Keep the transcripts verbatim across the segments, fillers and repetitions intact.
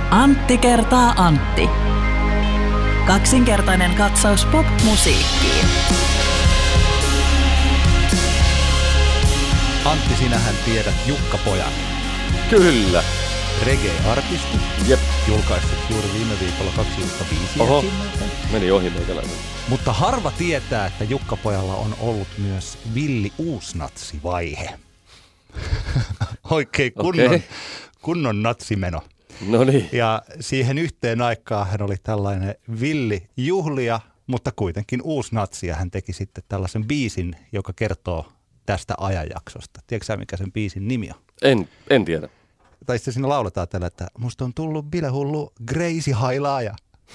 Antti kertaa Antti. Kaksinkertainen katsaus pop-musiikkiin. Antti, sinähän tiedät Jukka-pojan. Kyllä. Reggae-artisti. Jep. Julkaissut juuri viime viikolla kaksituhattaviisi. Oho, meni ohi meikäläinen. Mutta harva tietää, että Jukka-pojalla on ollut myös villi uusnatsivaihe. Oikein kunnon, okay. kunnon natsimeno. No niin. Ja siihen yhteen aikaan hän oli tällainen villi juhlia, mutta kuitenkin uusnatsi. Ja hän teki sitten tällaisen biisin, joka kertoo tästä ajanjaksosta. Tiedätkö sä, mikä sen biisin nimi on? En, en tiedä. Tai sitten siinä lauletaan tällä, että musta on tullut bilehullu Gracie Hailaaja.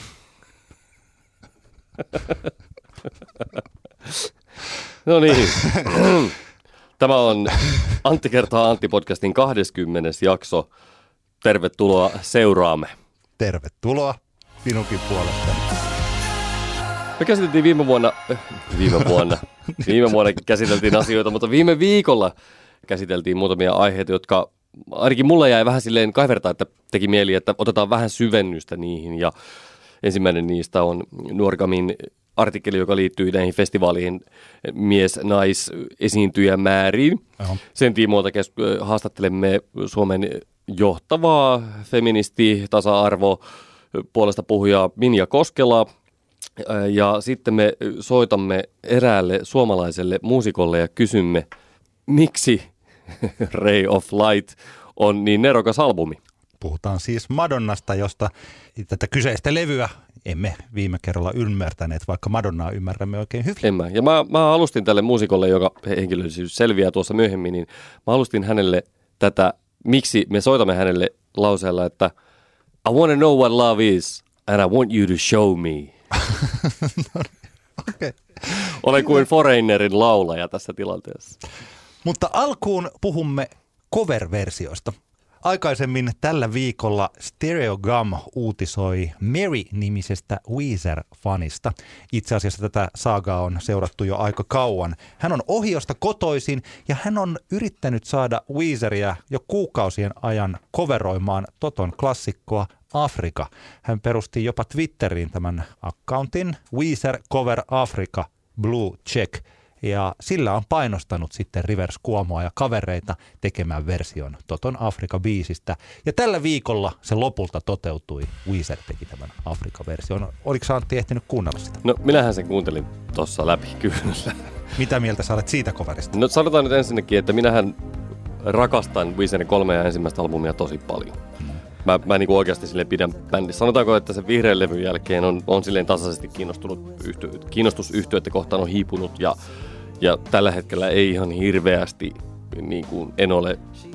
No niin. Tämä on Antti kertaa Antti-podcastin kahdeskymmenes jakso. Tervetuloa seuraamme. Tervetuloa minunkin puolestani. Me käsiteltiin viime vuonna, äh, viime vuonna, viime vuonna käsiteltiin asioita, mutta viime viikolla käsiteltiin muutamia aiheita, jotka ainakin mulla jäi vähän silleen kaivertaa, että teki mieli, että otetaan vähän syvennystä niihin. Ja ensimmäinen niistä on Nuorgamin artikkeli, joka liittyy näihin festivaalien mies-nais-esiintyjämääriin. Oho. Sen tiimoilta kes- haastattelemme Suomen johtavaa feministi, tasa-arvo, puolesta puhujaa Minja Koskelaa. Ja sitten me soitamme eräälle suomalaiselle muusikolle ja kysymme, miksi Ray of Light on niin nerokas albumi. Puhutaan siis Madonnasta, josta tätä kyseistä levyä emme viime kerralla ymmärtäneet, vaikka Madonnaa ymmärrämme oikein hyvin. En mä. Ja mä, mä alustin tälle muusikolle, joka henkilöllisyys selviää tuossa myöhemmin, niin mä alustin hänelle tätä, miksi me soitamme hänelle lauseella, että I want to know what love is and I want you to show me. No, okay. Olen kuin Foreignerin laulaja tässä tilanteessa. Mutta alkuun puhumme cover-versioista. Aikaisemmin tällä viikolla Stereogum uutisoi Mary-nimisestä Weezer-fanista. Itse asiassa tätä saagaa on seurattu jo aika kauan. Hän on Ohiosta kotoisin ja hän on yrittänyt saada Weezeria jo kuukausien ajan coveroimaan Toton klassikkoa Afrika. Hän perusti jopa Twitteriin tämän accountin Weezer Cover Africa Blue Check. Ja sillä on painostanut sitten Rivers Cuomoa ja kavereita tekemään version Toton Afrika-biisistä. Ja tällä viikolla se lopulta toteutui. Weezer teki tämän Afrika-version. Oliko Antti ehtinyt kuunnella sitä? No minähän sen kuuntelin tuossa läpi, kyllä. Mitä mieltä sä olet siitä coverista? No sanotaan nyt ensinnäkin, että minähän rakastan Weezerin kolmea ensimmäistä albumia tosi paljon. Hmm. Mä, mä niin kuin oikeasti silleen pidän bändissä. Sanotaanko, että se vihreän levyn jälkeen on, on silleen tasaisesti kiinnostunut yhtiö, kiinnostus yhtiöitä kohtaan on hiipunut ja, ja tällä hetkellä ei ihan hirveästi niin kuin en ole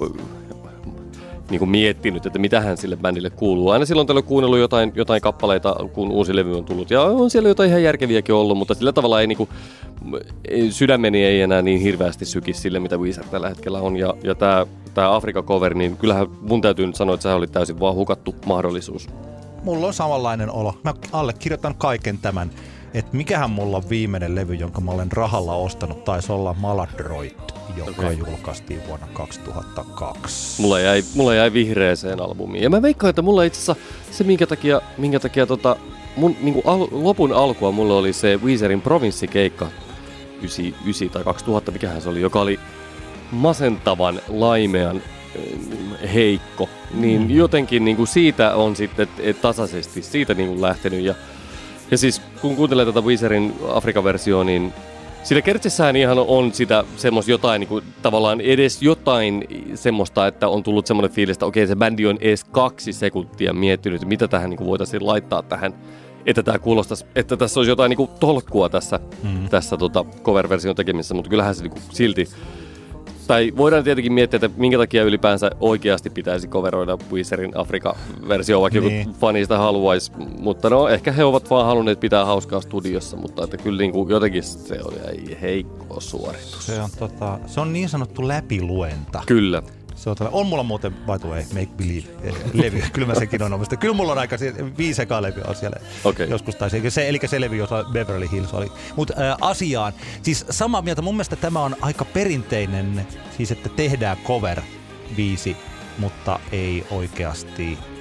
niin kuin miettinyt, että mitähän sille bändille kuuluu. Aina silloin tällöin kuunnellut jotain, jotain kappaleita, kun uusi levy on tullut ja on siellä jotain ihan järkeviäkin ollut, mutta sillä tavalla ei niin kuin, sydämeni ei enää niin hirveästi syki sille, mitä Weezer tällä hetkellä on. Ja, ja tämä Tämä Afrika-cover, niin kyllähän mun täytyy nyt sanoa, että sehän oli täysin vaan hukattu mahdollisuus. Mulla on samanlainen olo. Mä allekirjoitan kaiken tämän, että mikähän mulla on viimeinen levy, jonka mä olen rahalla ostanut, taisi olla Maladroit, joka okay. julkaistiin vuonna kaksituhattakaksi. Mulla jäi, mulla jäi vihreeseen albumiin. Ja mä veikkaan, että mulla itse asiassa se, minkä takia, minkä takia tota, mun niin kuin al, lopun alkua mulla oli se Weezerin provinssikeikka yhdeksänkymmentäyhdeksän tai kaksituhatta, mikähän se oli, joka oli masentavan, laimean, heikko, niin mm. jotenkin niin kuin siitä on sitten et tasaisesti siitä niin kuin lähtenyt. Ja, ja siis kun kuuntelee tätä Weezerin Afrika-versioa, niin sillä kertsessään ihan on sitä semmoista jotain, niin kuin, tavallaan edes jotain semmoista, että on tullut semmoinen fiilis, että okei, se bändi on edes kaksi sekuntia miettinyt, mitä tähän niin kuin voitaisiin laittaa tähän, että tämä kuulostaisi, että tässä olisi jotain niin kuin tolkkua tässä, mm. tässä tota, cover-version tekemisessä, mutta kyllähän se niin kuin silti. Tai voidaan tietenkin miettiä, että minkä takia ylipäänsä oikeasti pitäisi coveroida Weezerin Afrika-versio, vaikka niin. joku fanista haluaisi. Mutta no, ehkä he ovat vaan halunneet pitää hauskaa studiossa, mutta että kyllä niin kuin jotenkin se oli heikko suoritus. Se on, tota, se on niin sanottu läpiluenta. Kyllä. Se on, on mulla muuten, by the way, Make Believe-levy. Kyllä mä sekin on omista. Kyllä mulla on aika, viisi ekaa levy on siellä okay. joskus. Tai se, eli se levy, jota Beverly Hills oli. Mutta äh, asiaan. Siis samaa mieltä, mun mielestä tämä on aika perinteinen, siis että tehdään cover-biisi, mutta ei oikeasti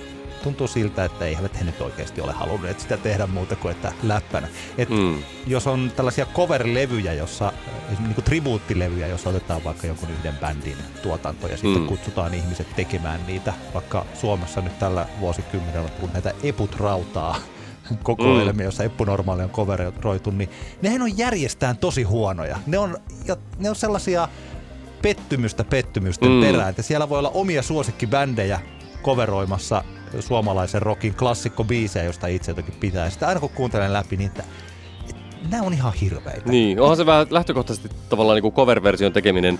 tuntuu siltä, että eivät he nyt oikeasti ole halunneet sitä tehdä muuta kuin että läppänä. Et mm. Jos on tällaisia cover-levyjä, jossa, niin kuin tribuuttilevyjä, jossa otetaan vaikka jonkun yhden bändin tuotanto ja sitten mm. kutsutaan ihmiset tekemään niitä, vaikka Suomessa nyt tällä vuosikymmenellä on näitä Eput Rautaa kokoelmia, mm. jossa Eppu Normaali on coveroitu, niin nehän on järjestään tosi huonoja. Ne on, ja ne on sellaisia pettymystä pettymysten mm. perään, että siellä voi olla omia suosikkibändejä coveroimassa suomalaisen rockin klassikkobiisejä, josta itse jotenkin pitää. Sitten aina kun kuuntelen läpi, niin että, että nämä on ihan hirveitä. Niin, onhan se vähän lähtökohtaisesti tavallaan niin kuin cover-version tekeminen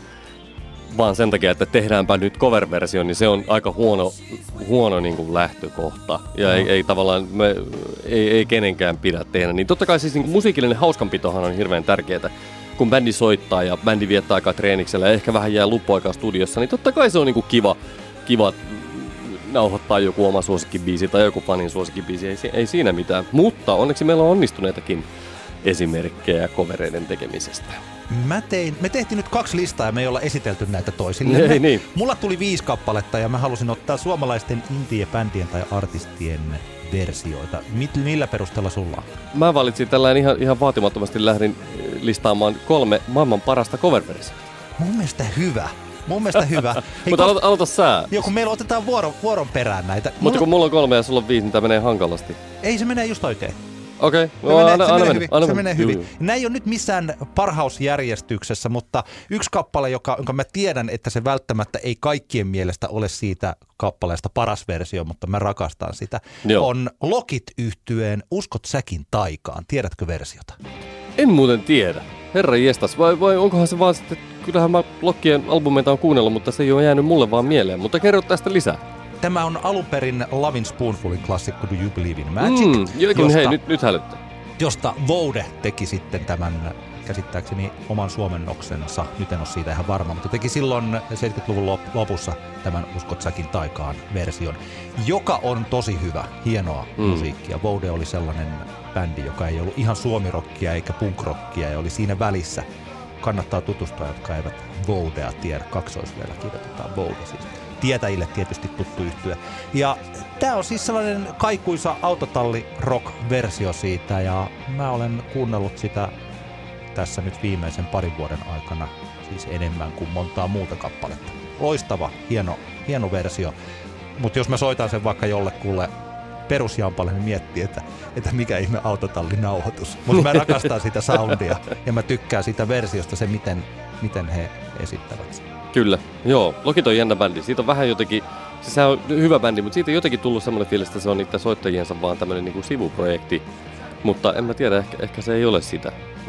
vaan sen takia, että tehdäänpä nyt cover-versio, niin se on aika huono, huono niin kuin lähtökohta. Ja no. ei, ei tavallaan, me, ei, ei kenenkään pidä tehdä. Niin totta kai siis niin kuin musiikillinen hauskanpitohan on hirveän tärkeää. Kun bändi soittaa ja bändi viettää aikaa treeniksellä ja ehkä vähän jää luppuaikaa studiossa, niin totta kai se on niin kuin kiva, kiva nauhoittaa joku oma suosikkibiisi tai joku fanin suosikkibiisi. Ei, ei siinä mitään. Mutta onneksi meillä on onnistuneitakin esimerkkejä covereiden tekemisestä. Mä tein, me tehtiin nyt kaksi listaa ja me ei olla esitelty näitä toisille. Ei, niin. Mulla tuli viisi kappaletta ja mä halusin ottaa suomalaisten indie-bändien tai artistien versioita. Millä perusteella sulla on? Mä valitsin tällainen ihan, ihan vaatimattomasti lähdin listaamaan kolme maailman parasta cover-versiota. Mun mielestä hyvä. Mun mielestä hyvä. Mutta aloita, aloita sää. Joo, kun meillä otetaan vuoro, vuoron perään näitä. Mutta mulla... kun mulla on kolme ja sulla on viisi, niin tää menee hankalasti. Ei, se menee just oikein. Okei, okay. no, no, se, menee hyvin. se menee hyvin. Nämä ei ole nyt missään parhausjärjestyksessä, mutta yksi kappale, joka, jonka mä tiedän, että se välttämättä ei kaikkien mielestä ole siitä kappaleesta paras versio, mutta mä rakastan sitä, Joo. on Lokit-yhtyeen Uskot säkin taikaan. Tiedätkö versiota? En muuten tiedä. Herra jestas, vai, vai onkohan se vaan sitten, kyllähän mä Lokkien albumeita on kuunnellut, mutta se ei ole jäänyt mulle vaan mieleen. Mutta kerro tästä lisää. Tämä on alun perin Lovin' Spoonfulin klassikko Do You Believe in Magic? Mm, josta, hei, nyt, nyt hälyttää. Josta Voude teki sitten tämän käsittääkseni oman suomennoksensa. Nyt en ole siitä ihan varma, mutta teki silloin seitsemänkymmentäluvun lopussa tämän Uskot säkin taikaan version, joka on tosi hyvä, hienoa mm. musiikkia. Voude oli sellainen bändi, joka ei ollut ihan suomirokkia eikä punkrockia ja oli siinä välissä. Kannattaa tutustua, jotka eivät Voudea tiedä. Kaksoisveellä kirjoitetaan Voude siis. Tietäjille tietysti tuttu yhtye. Ja tää on siis sellainen kaikuisa autotalli-rock-versio siitä, ja mä olen kuunnellut sitä tässä nyt viimeisen parin vuoden aikana siis enemmän kuin montaa muuta kappaletta. Loistava, hieno, hieno versio. Mutta jos mä soitan sen vaikka jollekulle perusjampalle, niin miettii, että, että mikä ihme autotallinauhoitus. Mutta mä rakastan sitä soundia ja mä tykkään sitä versiosta, se miten, miten he esittävät sen. Kyllä, joo. Lokit on jännä bändi. Siitä on vähän jotenkin, siis se on hyvä bändi, mutta siitä on jotenkin tullut semmoinen fiilis, että se on niiden soittajiensa vaan tämmöinen niinku sivuprojekti. Mutta en mä tiedä, ehkä, ehkä se ei ole sitä.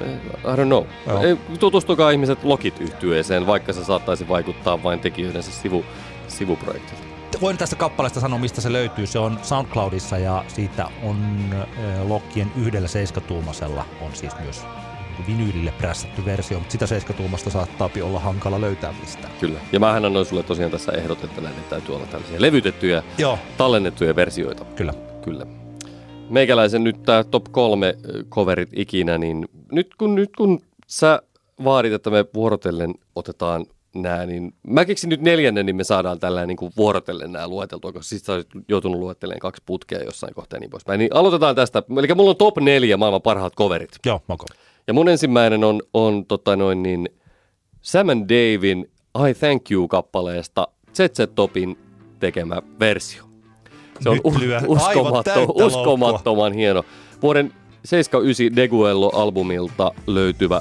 I don't know. Ei, tutustukaa ihmiset Lokit-yhtyeeseen, vaikka se saattaisi vaikuttaa vain tekijöidensä sivu, sivuprojektilta. Voin tästä kappaleesta sanoa, mistä se löytyy. Se on SoundCloudissa ja siitä on äh, Lokkien yhdellä seiskatuumasella on siis myös vinyylille prässätty versio, mutta sitä seiskatuumasta saattaa olla hankala löytää mistään. Kyllä. Ja mähän annoin sulle tosiaan tässä ehdot, että näiden täytyy olla tällaisia levytettyjä, Joo. tallennettuja versioita. Kyllä. Kyllä. Meikäläisen nyt tää top kolme coverit ikinä, niin nyt kun, nyt kun sä vaadit, että me vuorotellen otetaan nää, niin mä keksin nyt neljännen, niin me saadaan tällainen niin kuin vuorotellen nää lueteltua, koska siis sä olet joutunut luettelemaan kaksi putkea jossain kohtaa ja niin poispäin. Niin aloitetaan tästä. Eli mulla on top neljä maailman parhaat coverit. Joo, moko. Ja mun ensimmäinen on, on tota noin niin Sam and Daven I Thank You-kappaleesta Z Z Topin tekemä versio. Se on uskomatto, uskomattoman hieno. Vuoden seitsemänkymmentäyhdeksän Deguello-albumilta löytyvä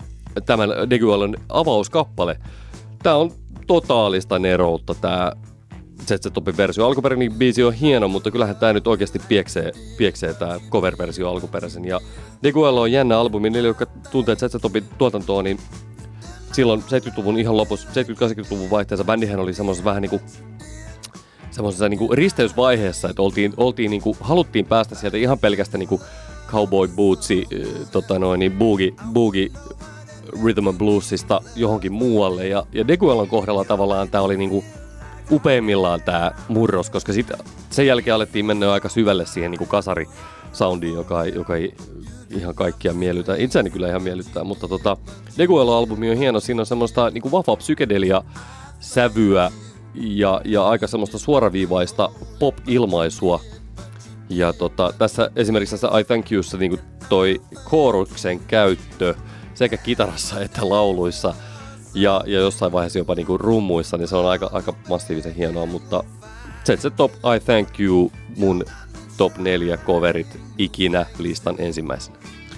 tämän Deguellon avauskappale. Tää on totaalista neroutta tää Z Z Topin versio. Alkuperäinen biisi on hieno, mutta kyllähän tää nyt oikeasti pieksee, pieksee tää cover-versio alkuperäisen. Ja Deguello on jännä albumi. Niille, jotka tuntee Z Z Topin tuotantoa, niin silloin seitsemänkymmentäluvun ihan lopussa, seitsemänkymmentä-kahdeksankymmentäluvun vaihteessa bändihän oli semmoisessa vähän niinku semmoisessa niinku risteysvaiheessa, että oltiin, oltiin niinku, haluttiin päästä sieltä ihan pelkästä niinku cowboy bootsi, tota noin, niin boogie, boogie rhythm and bluesista johonkin muualle. Ja, ja Deguellon kohdalla tavallaan tää oli niinku upeimmillaan tää murros, koska sit sen jälkeen alettiin mennä aika syvälle siihen niinku kasarisoundiin, joka, joka ei ihan kaikkia miellytä. Itseäni kyllä ihan miellyttää, mutta tota, Deguellon albumi on hieno. Siinä on semmoista niinku vahvaa psykedelia sävyä ja, ja aika semmoista suoraviivaista pop-ilmaisua. Ja tota, tässä esimerkiksi tässä I Thank Youssa niin kuin toi kooruksen käyttö sekä kitarassa että lauluissa ja, ja jossain vaiheessa jopa niin kuin rummuissa, niin se on aika, aika massiivisen hienoa, mutta se, se Top I Thank You mun top neljä coverit ikinä listan ensimmäisenä.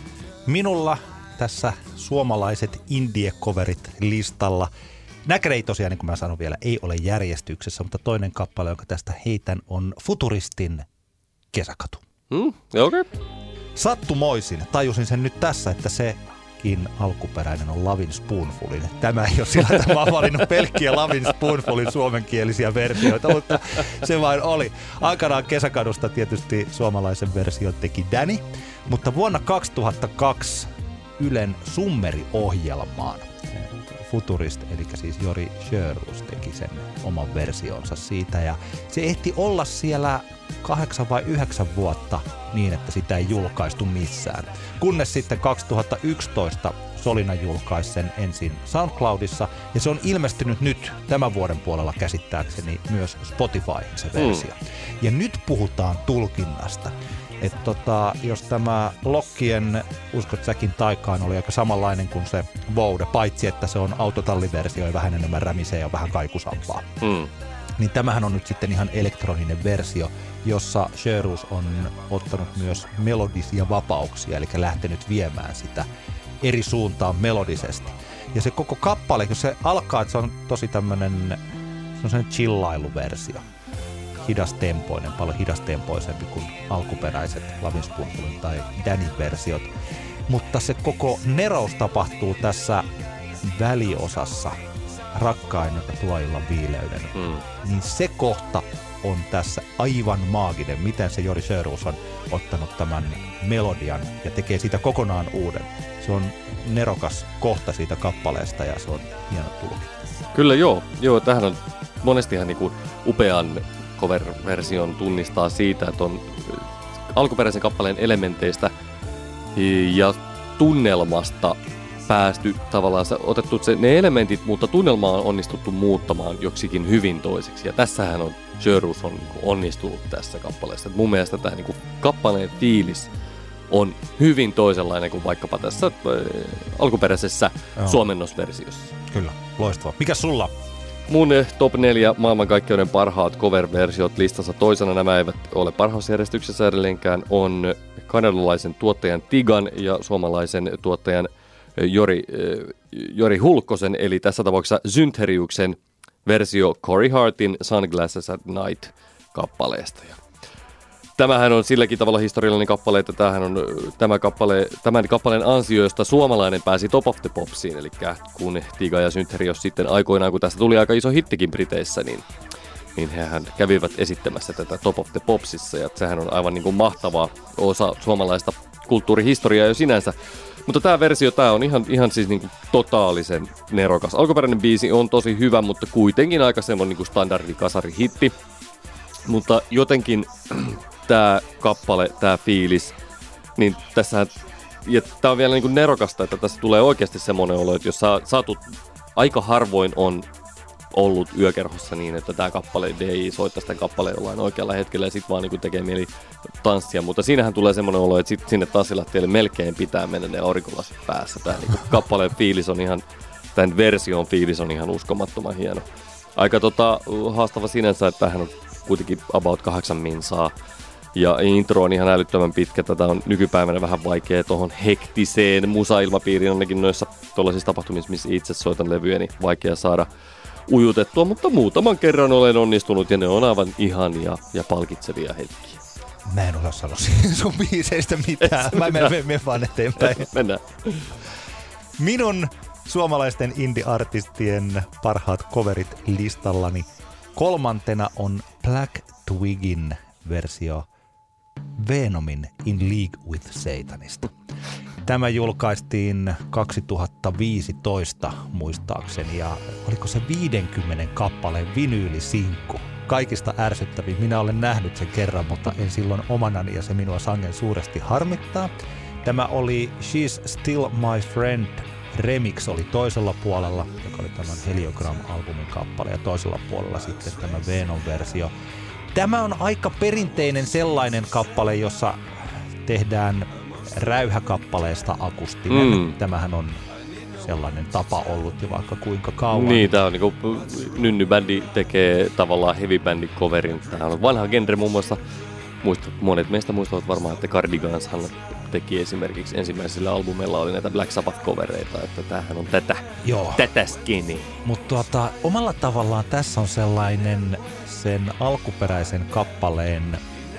Minulla tässä suomalaiset indie-coverit listalla. Näkään ei tosiaan, niin kuin mä sanon vielä, ei ole järjestyksessä, mutta toinen kappale, jonka tästä heitän, on Futuristin Kesäkatu. Mm, okei. Okay. Sattumoisin, tajusin sen nyt tässä, että sekin alkuperäinen on Lovin' Spoonfulin. Tämä ei ole sillä, että mä oon valinnut pelkkiä Lovin' Spoonfulin suomenkielisiä versioita, mutta se vain oli. Aikanaan Kesäkadusta tietysti suomalaisen version teki Danny, mutta vuonna kaksituhattakaksi Ylen Summeri-ohjelmaan Futurist, eli siis Jori Sjöroos teki sen oman versionsa siitä, ja se ehti olla siellä kahdeksan vai yhdeksän vuotta niin, että sitä ei julkaistu missään. Kunnes sitten kaksituhattayksitoista Solina julkaisi sen ensin SoundCloudissa, ja se on ilmestynyt nyt tämän vuoden puolella käsittääkseni myös Spotifyhin se versio. Mm. Ja nyt puhutaan tulkinnasta. Että tota, jos tämä Lokkien Uskot säkin taikaan oli aika samanlainen kuin se Voude, paitsi että se on autotalliversio ja vähän enemmän rämisee ja vähän kaikusampaa. Mm. Niin tämähän on nyt sitten ihan elektroninen versio, jossa Sjöroos on ottanut myös melodisia vapauksia, eli lähtenyt viemään sitä eri suuntaan melodisesti. Ja se koko kappale, kun se alkaa, että se on tosi tämmönen, se on chillailuversio. Hidastempoinen, paljon hidastempoisempi kuin alkuperäiset Lovin' Spoonfulin tai Danny-versiot. Mutta se koko nerous tapahtuu tässä väliosassa, Rakkain, joka tuo illan viileyden. Mm. Niin se kohta on tässä aivan maaginen, miten se Jori Sjöroos on ottanut tämän melodian ja tekee siitä kokonaan uuden. Se on nerokas kohta siitä kappaleesta ja se on hieno tulkinta. Kyllä joo, joo tähän on monestihan niinku upean cover-version tunnistaa siitä, että on alkuperäisen kappaleen elementeistä ja tunnelmasta päästy tavallaan otettu se, ne elementit, mutta tunnelmaa on onnistuttu muuttamaan joksikin hyvin toiseksi. Ja tässähän on Sjöroos on onnistunut tässä kappaleessa. Et mun mielestä tämä niinku kappaleen fiilis on hyvin toisenlainen kuin vaikkapa tässä äh, alkuperäisessä Joo. suomennosversiossa. Kyllä, loistavaa. Mikä sulla? Mun top neljä maailmankaikkeuden parhaat cover-versiot listassa toisena, nämä eivät ole parhausjärjestyksessä edelleenkään, on kanadalaisen tuottajan Tigan ja suomalaisen tuottajan Jori, Jori Hulkkosen, eli tässä tapauksessa Syntheriuksen versio Corey Hartin Sunglasses at Night-kappaleesta. Tämähän on silläkin tavalla historiallinen kappale, että tämähän on tämä kappale, tämän kappaleen ansioista suomalainen pääsi Top of the Popsiin, eli kun Tiga ja Syntherius sitten aikoinaan, kun tästä tuli aika iso hittikin Briteissä, niin, niin hehän kävivät esittämässä tätä Top of the Popsissa, ja sehän on aivan niin kuin mahtava osa suomalaista kulttuurihistoriaa jo sinänsä. Mutta tämä versio, tämä on ihan, ihan siis niinku totaalisen nerokas. Alkuperäinen biisi on tosi hyvä, mutta kuitenkin aika semmoinen niinku standardi kasarihitti. Mutta jotenkin tämä kappale, tämä fiilis, niin tässähän, ja tämä on vielä niinku nerokasta, että tässä tulee oikeasti semmoinen olo, että jos sä saatut, aika harvoin on ollut yökerhossa niin, että tämä kappale D J soittaa tämän kappaleen jollain oikealla hetkellä ja sitten vaan niinku tekee mieli tanssia, mutta siinähän tulee semmoinen olo, että sit sinne tanssilattialle melkein pitää mennä ne aurinkolasit päässä. Tämä niinku kappaleen fiilis on ihan, tämän version fiilis on ihan uskomattoman hieno. Aika tota, haastava sinänsä, että tämähän on kuitenkin about kahdeksan minsaa. Ja intro on ihan älyttömän pitkä. Tätä on nykypäivänä vähän vaikea tuohon hektiseen musailmapiiriin, ainakin noissa tuollaisissa tapahtumissa, missä itse soitan levyjä, niin vaikea saada ujutettua, mutta muutaman kerran olen onnistunut ja ne on aivan ihania ja palkitsevia hetkiä. Mä en osaa sanoa sun biiseistä mitään. Mä menen me vaan eteenpäin. Mennään. Minun suomalaisten indie-artistien parhaat coverit listallani kolmantena on Black Twigin versio Venomin In League with Satanista. Tämä julkaistiin kaksituhattaviisitoista muistaakseni ja oliko se viidenkymmenen kappaleen vinyylisinkku. Kaikista ärsyttävin. Minä olen nähnyt sen kerran, mutta en silloin omanani ja se minua sangen suuresti harmittaa. Tämä oli She's Still My Friend Remix oli toisella puolella, joka oli tämän Heliogram-albumin kappale, ja toisella puolella sitten tämä Venom-versio. Tämä on aika perinteinen sellainen kappale, jossa tehdään räyhäkappaleesta akustinen. Mm. Tämähän on sellainen tapa ollut jo vaikka kuinka kauan. Niin, tää on niinku nynnybändi tekee tavallaan heavy-bändin coverin. Tää on vanha genre muun muassa. Muistat, monet meistä muistavat varmaan, että Cardiganshan teki esimerkiksi ensimmäisellä albumilla oli näitä Black Sabbath-covereita, että tämähän on tätä, Joo. tätä skinny. Mutta tuota, omalla tavallaan tässä on sellainen sen alkuperäisen kappaleen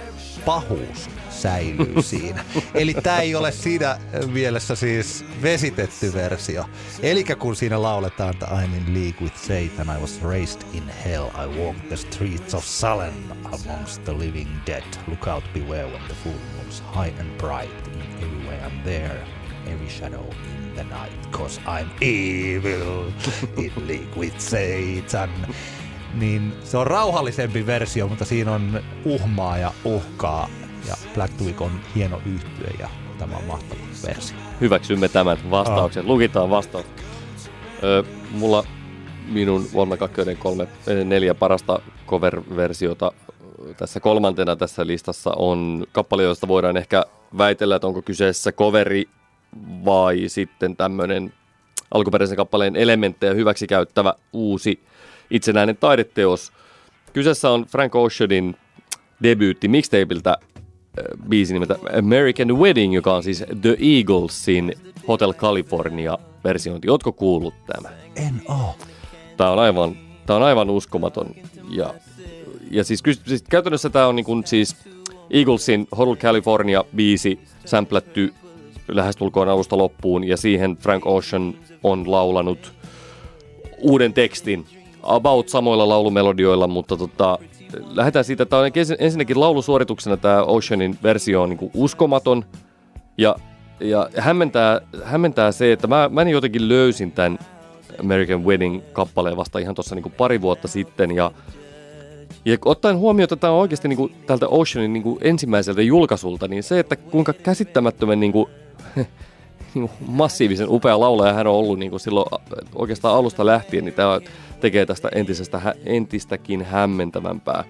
pahuus säilyy siinä. Eli tämä ei ole siinä mielessä siis vesitetty versio. Eli kun siinä lauletaan, että I'm in league with Satan, I was raised in hell, I walked the streets of Salem amongst the living dead. Look out, beware when the full moon's high and bright. In every way I'm there, every shadow in the night, cause I'm evil, in league with Satan. Niin se on rauhallisempi versio, mutta siinä on uhmaa ja uhkaa. Ja Black Twig on hieno yhtye ja tämä on mahtava versio. Hyväksymme tämän vastauksen. Oh. Lukitaan vastaus. Öö, mulla minun vuonna kaksikymmentäkolme neljä parasta cover-versiota tässä kolmantena tässä listassa on kappale, josta voidaan ehkä väitellä, että onko kyseessä coveri vai sitten tämmöinen alkuperäisen kappaleen elementtejä hyväksi käyttävä uusi itsenäinen taideteos. Kyseessä on Frank Oceanin debyytti mixtapeiltä biisi nimeltä American Wedding, joka on siis The Eaglesin Hotel California-versiointi. Ootko kuullut tämä? En oo. Tää on aivan, tää on aivan uskomaton. Ja, ja siis, siis käytännössä tää on niin kuin siis Eaglesin Hotel California-biisi samplätty lähestulkoon alusta loppuun, ja siihen Frank Ocean on laulanut uuden tekstin about samoilla laulumelodioilla, mutta tota, lähdetään siitä, että on ensinnäkin laulusuorituksena tämä Oceanin versio on niin kuin uskomaton, ja, ja hämmentää, hämmentää se, että mä, mä jotenkin löysin tämän American Wedding-kappaleen vasta ihan tuossa niin kuin pari vuotta sitten, ja, ja ottaen huomioon, että tämä on oikeasti niin kuin tältä Oceanin niin kuin ensimmäiseltä julkaisulta, niin se, että kuinka käsittämättömän niin kuin, niin kuin massiivisen upea laulaja hän on ollut niin kuin silloin oikeastaan alusta lähtien, niin tämä tekee tästä entisestä, entistäkin hämmentävämpää.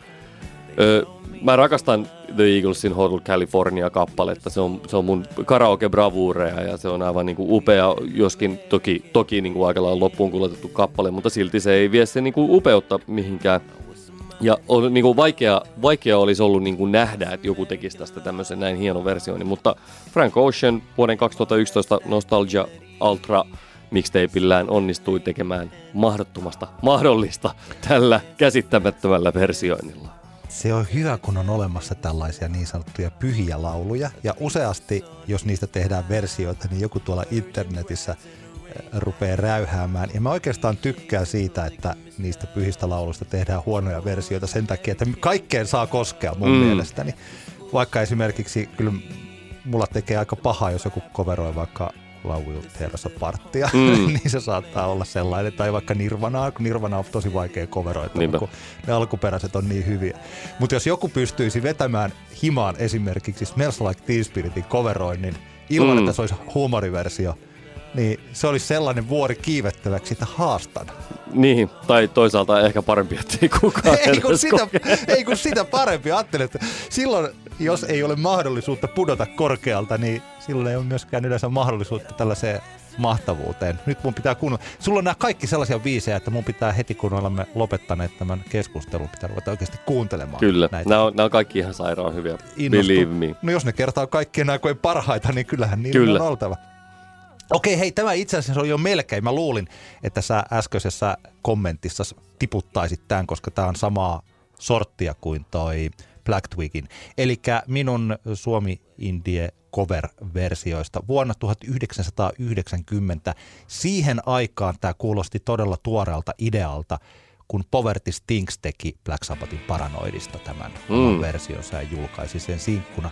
Öö, mä rakastan The Eaglesin Hotel California-kappaletta. Se on, se on mun karaoke-bravuureja ja se on aivan niin kuin upea, joskin toki, toki niin kuin aika lailla loppuun kuljetettu kappale, mutta silti se ei vie se niin kuin upeutta mihinkään. Ja on, niin kuin vaikea, vaikea olisi ollut niin kuin nähdä, että joku tekisi tästä tämmöisen näin hienon versioon, mutta Frank Ocean vuoden kaksituhattayksitoista Nostalgia Ultra mixtapeillään onnistui tekemään mahdottomasta mahdollista tällä käsittämättömällä versioinnilla. Se on hyvä, kun on olemassa tällaisia niin sanottuja pyhiä lauluja, ja useasti, jos niistä tehdään versioita, niin joku tuolla internetissä rupeaa räyhäämään. Ja mä oikeastaan tykkään siitä, että niistä pyhistä lauluista tehdään huonoja versioita sen takia, että kaikkeen saa koskea mun mm. mielestäni. Vaikka esimerkiksi, kyllä mulla tekee aika pahaa, jos joku coveroi vaikka Love Will Tear Us Apartia, mm. niin se saattaa olla sellainen. Tai vaikka Nirvanaa, kun Nirvana on tosi vaikea coveroida, Niinpä. kun ne alkuperäiset on niin hyviä. Mutta jos joku pystyisi vetämään himaan esimerkiksi Smells Like Teen Spiritin coveroinnin ilman, mm. että se olisi huumoriversio, niin se olisi sellainen vuori kiivettäväksi, että haastan. Niin, tai toisaalta ehkä parempi, että ei kukaan ei, kun sitä, ei kun sitä parempi. Ajattelen, että silloin, jos ei ole mahdollisuutta pudota korkealta, niin silloin ei ole myöskään yleensä mahdollisuutta tällaiseen mahtavuuteen. Nyt mun pitää kuunnella. Sulla on nämä kaikki sellaisia biisejä, että mun pitää heti, kun olemme lopettaneet tämän keskustelun, pitää ruveta oikeasti kuuntelemaan. Kyllä, näitä. Nämä on, nämä on kaikki ihan sairaan hyviä. Innostu. Believe me. No jos ne kertaa kaikkien aikojen parhaita, niin kyllähän niin Kyllä. on oltava. Okei, hei, tämä itse asiassa on jo melkein. Mä luulin, että sä äskeisessä kommentissa tiputtaisit tämän, koska tämä on samaa sorttia kuin toi Black Twigin. Elikkä minun Suomi Indie cover-versioista vuonna tuhatyhdeksänsataayhdeksänkymmentä. Siihen aikaan tämä kuulosti todella tuoreelta idealta, kun Poverty Stinks teki Black Sabbathin Paranoidista tämän mm. versionsa ja julkaisi sen sinkkuna.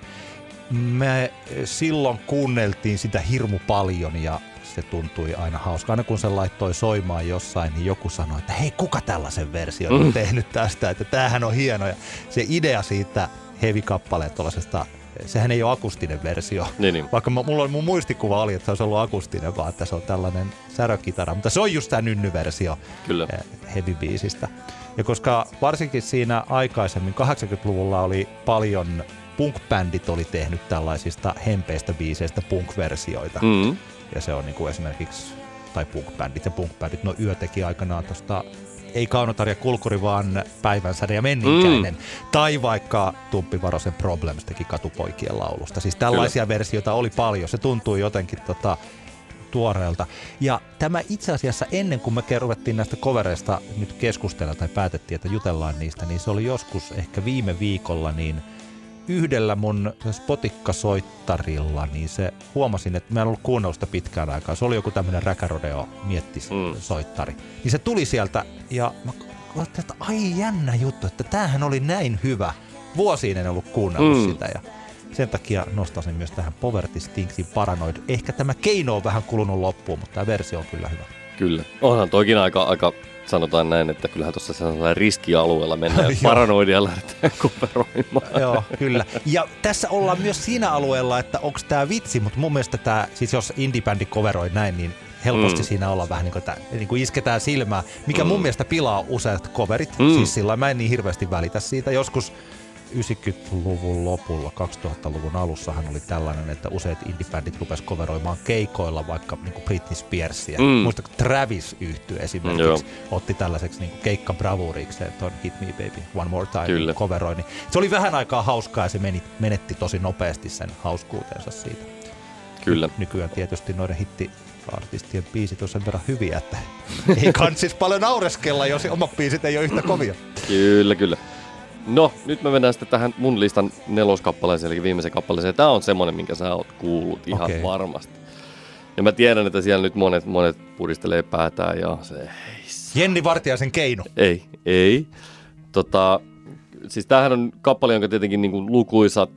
Me silloin kuunneltiin sitä hirmu paljon ja se tuntui aina hauskaa. Aina kun se laittoi soimaan jossain, niin joku sanoi, että hei, kuka tällaisen version on tehnyt tästä, että tämähän on hieno. Ja se idea siitä heavy-kappaleen tuollaisesta sehän ei ole akustinen versio. Niin, niin. Vaikka mulla oli, mun muistikuva oli, että se olisi ollut akustinen, vaan että se on tällainen särökitara. Mutta se on just tämä nynnyversio Kyllä. Heavy-biisistä. Ja koska varsinkin siinä aikaisemmin kahdeksankymmentäluvulla oli paljon punk-bändit oli tehnyt tällaisista hempeistä biiseistä punk-versioita. Mm. Ja se on niin kuin esimerkiksi, tai punk-bändit ja punk-bändit, no Yö teki aikanaan tuosta, ei Kaunotar ja Kulkuri, vaan Päivänsäde ja Menninkäinen. Mm. Tai vaikka Tumppi Varosen Problems teki Katupoikien laulusta. Siis tällaisia Kyllä. versioita oli paljon. Se tuntui jotenkin tota, tuoreelta. Ja tämä itse asiassa ennen kuin me ruvettiin näistä covereista nyt keskustella tai päätettiin, että jutellaan niistä, niin se oli joskus ehkä viime viikolla niin yhdellä mun spotikkasoittarilla, niin se huomasin, että mä en ollut kuunnellut sitä pitkään aikaa. Se oli joku tämmöinen räkärodeo miettisoittari. Mm. Niin se tuli sieltä ja mä ajattelin, että ai jännä juttu, että tämähän oli näin hyvä. Vuosiin en ollut kuunnellut mm. sitä ja sen takia nostaisin myös tähän Poverty Stinksin Paranoid. Ehkä tämä keino on vähän kulunut loppuun, mutta tämä versio on kyllä hyvä. Kyllä. Onhan toikin aika, aika sanotaan näin, että kyllähän tuossa sellaisella riskialueella mennään paranoidia lähdetään koveroimaan. Joo, kyllä. Ja tässä ollaan myös siinä alueella, että onko tämä vitsi, mutta mun mielestä tämä, siis jos indie-bändi coveroi näin, niin helposti mm. siinä ollaan vähän niin kuin, tää, niin kuin isketään silmää, mikä mm. mun mielestä pilaa useat coverit. Mm. Siis sillä mä en niin hirveästi välitä siitä. Joskus yhdeksänkymmentäluvun lopulla, kaksituhattaluvun alussahan oli tällainen, että useat indie-bändit rupesi coveroimaan keikoilla vaikka niin kuin Britney Spearsia. Mm. Muistatko Travis yhtyi esimerkiksi, mm, otti tällaiseksi niin kuin keikkabravuurikseen tuon Hit Me Baby One More Time coveroi. Niin se oli vähän aikaa hauskaa ja se meni, menetti tosi nopeasti sen hauskuutensa siitä. Kyllä. Nykyään tietysti noiden hitti-artistien biisit on sen verran hyviä, että ei kansis paljon naureskella, jos omat biisit ei ole yhtä kovia. Kyllä, kyllä. No, nyt me mennään sitten tähän mun listan neloskappaleeseen, eli viimeisen kappaleeseen. Tämä on semmoinen, minkä sä oot kuullut ihan okay. varmasti. Ja mä tiedän, että siellä nyt monet, monet puristelee päätään ja se ei. Jenni Vartiaisen keino. Ei, ei. Tota, siis tämähän on kappale, jonka tietenkin niin kuin lukuisat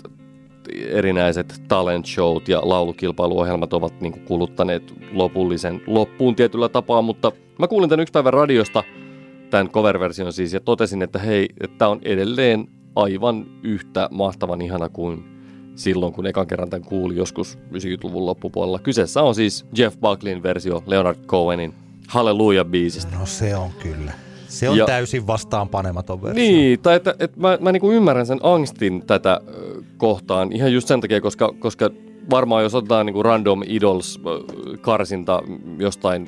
erinäiset talent showt ja laulukilpailuohjelmat ovat niin kuin kuluttaneet lopullisen loppuun tietyllä tapaa, mutta mä kuulin tämän yksi päivän radiosta, tämän cover-version siis, ja totesin, että hei, että tämä on edelleen aivan yhtä mahtavan ihana kuin silloin, kun ekan kerran tämän kuuli joskus yhdeksänkymmentäluvun loppupuolella. Kyseessä on siis Jeff Buckleyn versio Leonard Cohenin Hallelujah-biisistä. No se on kyllä. Se on ja, täysin vastaanpanematon versio. Niin, tai että, että mä, mä niinku ymmärrän sen angstin tätä äh, kohtaan ihan just sen takia, koska, koska varmaan jos otetaan niinku Random Idols-karsinta jostain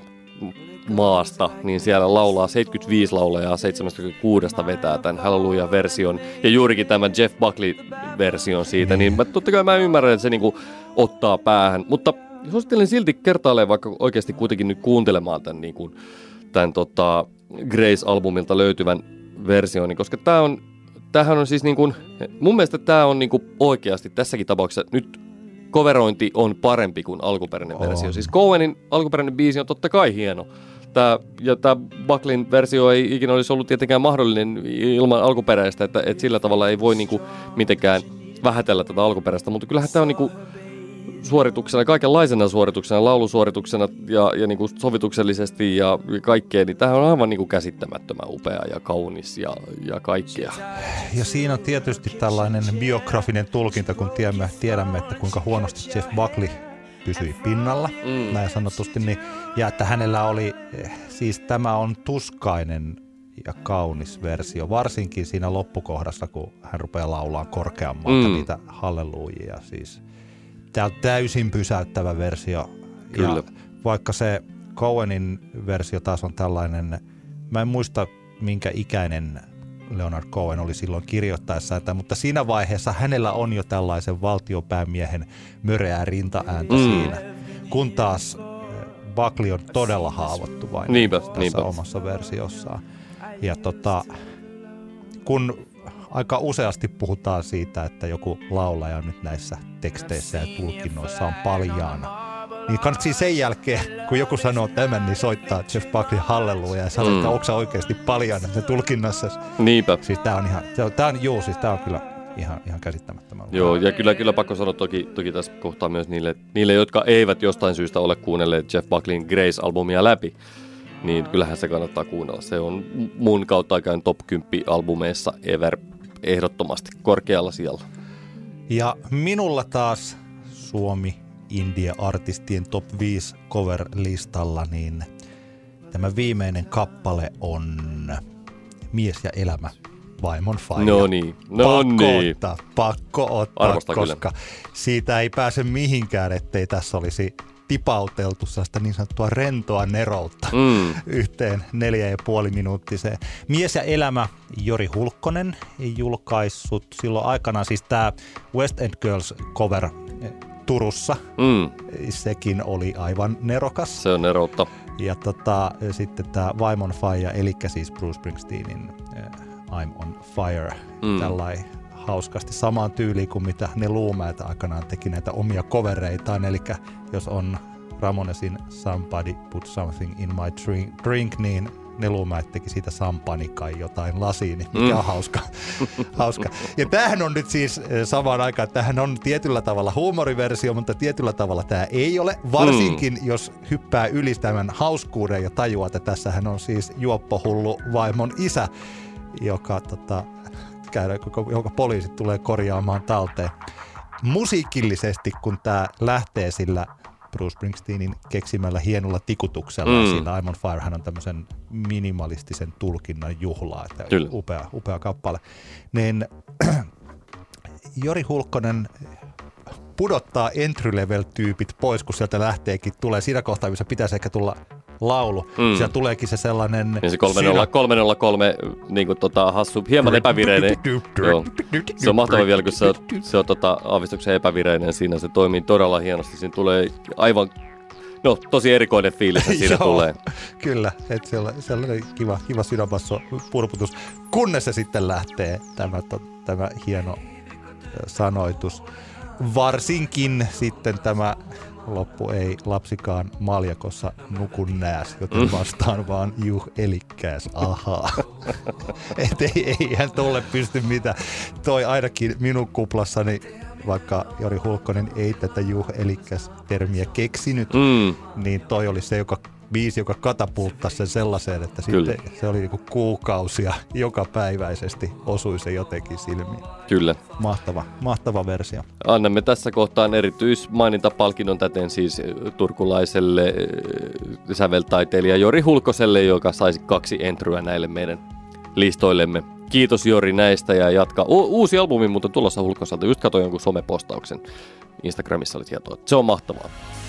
maasta, niin siellä laulaa seitsemänkymmentäviisi laulajaa seitsemänkymmentäkuusi vetää tämän Hallelujah-version ja juurikin tämän Jeff Buckley-version siitä, niin mä, totta kai mä ymmärrän, että se niinku ottaa päähän, mutta suosittelen silti kertaalleen vaikka oikeasti kuitenkin nyt kuuntelemaan tämän, niinku, tämän tota Grace-albumilta löytyvän version, koska tää on, tämähän on siis niinku, mun mielestä tää on niinku oikeasti tässäkin tapauksessa nyt coverointi on parempi kuin alkuperäinen on. versio. Siis Cohenin alkuperäinen biisi on totta kai hieno. Tää, ja tämä Buckleyn versio ei ikinä olisi ollut tietenkään mahdollinen ilman alkuperäistä, että, että sillä tavalla ei voi niinku mitenkään vähätellä tätä alkuperäistä, mutta kyllähän tämä on niinku suorituksena, kaikenlaisena suorituksena, laulusuorituksena ja, ja niinku sovituksellisesti ja kaikkea, niin tämä on aivan niinku käsittämättömän upea ja kaunis ja, ja kaikkea. Ja siinä on tietysti tällainen biografinen tulkinta, kun tiedämme, tiedämme että kuinka huonosti Jeff Buckley pysyi pinnalla, mm. näin sanotusti, niin, ja että hänellä oli, siis tämä on tuskainen ja kaunis versio, varsinkin siinä loppukohdassa, kun hän rupeaa laulaa korkeammalta mm. niitä hallelujia, siis tämä on täysin pysäyttävä versio. Kyllä. Ja vaikka se Cohenin versio taas on tällainen, mä en muista minkä ikäinen Leonard Cohen oli silloin kirjoittaessa, että, mutta siinä vaiheessa hänellä on jo tällaisen valtiopäämiehen möreää rintaääntä mm. siinä, kun taas Buckley on todella haavoittuvainen niinpä, tässä niinpä. omassa versiossaan. Ja tota, kun aika useasti puhutaan siitä, että joku laulaja nyt näissä teksteissä ja tulkinnoissa on paljaana, niin kannattaa sen jälkeen, kun joku sanoo tämän, niin soittaa Jeff Buckley Hallelujah ja sanoo, mm. että onko sä oikeasti paljaana sen tulkinnassa. Niinpä. Siis tää on ihan, tää on, joo, siis tää on kyllä ihan, ihan käsittämättömän. Joo, ja kyllä, kyllä pakko sanoa toki, toki tässä kohtaa myös niille, niille, jotka eivät jostain syystä ole kuunnelleet Jeff Buckleyn Grace-albumia läpi, niin kyllähän se kannattaa kuunnella. Se on mun kautta aikaan top kymmenen albumeissa ever ehdottomasti korkealla siellä. Ja minulla taas Suomi Indie-artistien top viisi cover-listalla, niin tämä viimeinen kappale on Mies ja elämä, Vaimon faija. No niin, no pakko niin. Ottaa, pakko ottaa, Arvostan koska kyllä. Siitä ei pääse mihinkään, ettei tässä olisi tipauteltu sellaista niin sanottua rentoa neroutta mm. yhteen neljä ja puoli minuuttiseen. Mies ja elämä, Jori Hulkkonen julkaissut silloin aikanaan, siis tämä West End Girls cover Turussa, mm. sekin oli aivan nerokas. Se on neroutta. Ja tota, sitten tämä Vaimon faija, eli siis Bruce Springsteenin I'm on Fire, mm. tällainen hauskasti samaan tyyliin kuin mitä ne Luumäät aikanaan teki näitä omia covereitaan, eli jos on Ramonesin Somebody Put Something in My Drink, drink niin ne Luumäät teki siitä sampanikai jotain lasiin, niin mikä mm. on hauska. hauska. Ja tämähän on nyt siis samaan aikaan, tämähän on tietyllä tavalla huumoriversio, mutta tietyllä tavalla tämä ei ole, varsinkin mm. jos hyppää yli tämän hauskuuden ja tajuaa, että tässähän on siis juoppohullu vaimon isä, joka tota, käydään, joka poliisit tulee korjaamaan talteen. Musiikillisesti, kun tämä lähtee sillä Bruce Springsteenin keksimällä hienolla tikutuksella, mm. sillä I'm on Fire, hän on tämmöisen minimalistisen tulkinnan juhlaa, että upea, upea kappale. Niin Jori Hulkkonen pudottaa entry-level-tyypit pois, kun sieltä lähteekin, tulee siinä kohtaa, missä pitäisi ehkä tulla laulu. Mm. Siellä tuleekin se sellainen... Niin se kolme nolla kolme niin kuin tota, hassu, hieman epävireinen. Joo. Se on mahtava vielä, kun se on, se on tota, aavistuksen epävireinen siinä. Se toimii todella hienosti. Siinä tulee aivan... No, tosi erikoinen fiilis siinä tulee. Kyllä, että sellainen, sellainen kiva, kiva sydänbasso purputus. Kunnes se sitten lähtee, tämä, tämä hieno sanoitus. Varsinkin sitten tämä... Loppu ei lapsikaan maljakossa nukun nääs, joten vastaan vaan juh elikkääs, ahaa. Et ei, eihän tolle pysty mitään. Toi ainakin minun kuplassani, vaikka Jori Hulkkonen ei tätä juh elikkääs termiä keksinyt, mm. niin toi oli se, joka biisi, joka katapulttasi sen sellaiseen, että sitten se oli niinku kuukausia jokapäiväisesti osui se jotenkin silmiin. Kyllä. Mahtava, mahtava versio. Annamme tässä kohtaan erityismainintapalkinnon täten siis turkulaiselle säveltaiteilija Jori Hulkkoselle, joka saisi kaksi entryä näille meidän listoillemme. Kiitos Jori näistä ja jatka. U- uusi albumi mutta tulossa Hulkkoselta. Just katsoin jonkun somepostauksen. Instagramissa oli tietoa. Se on mahtavaa.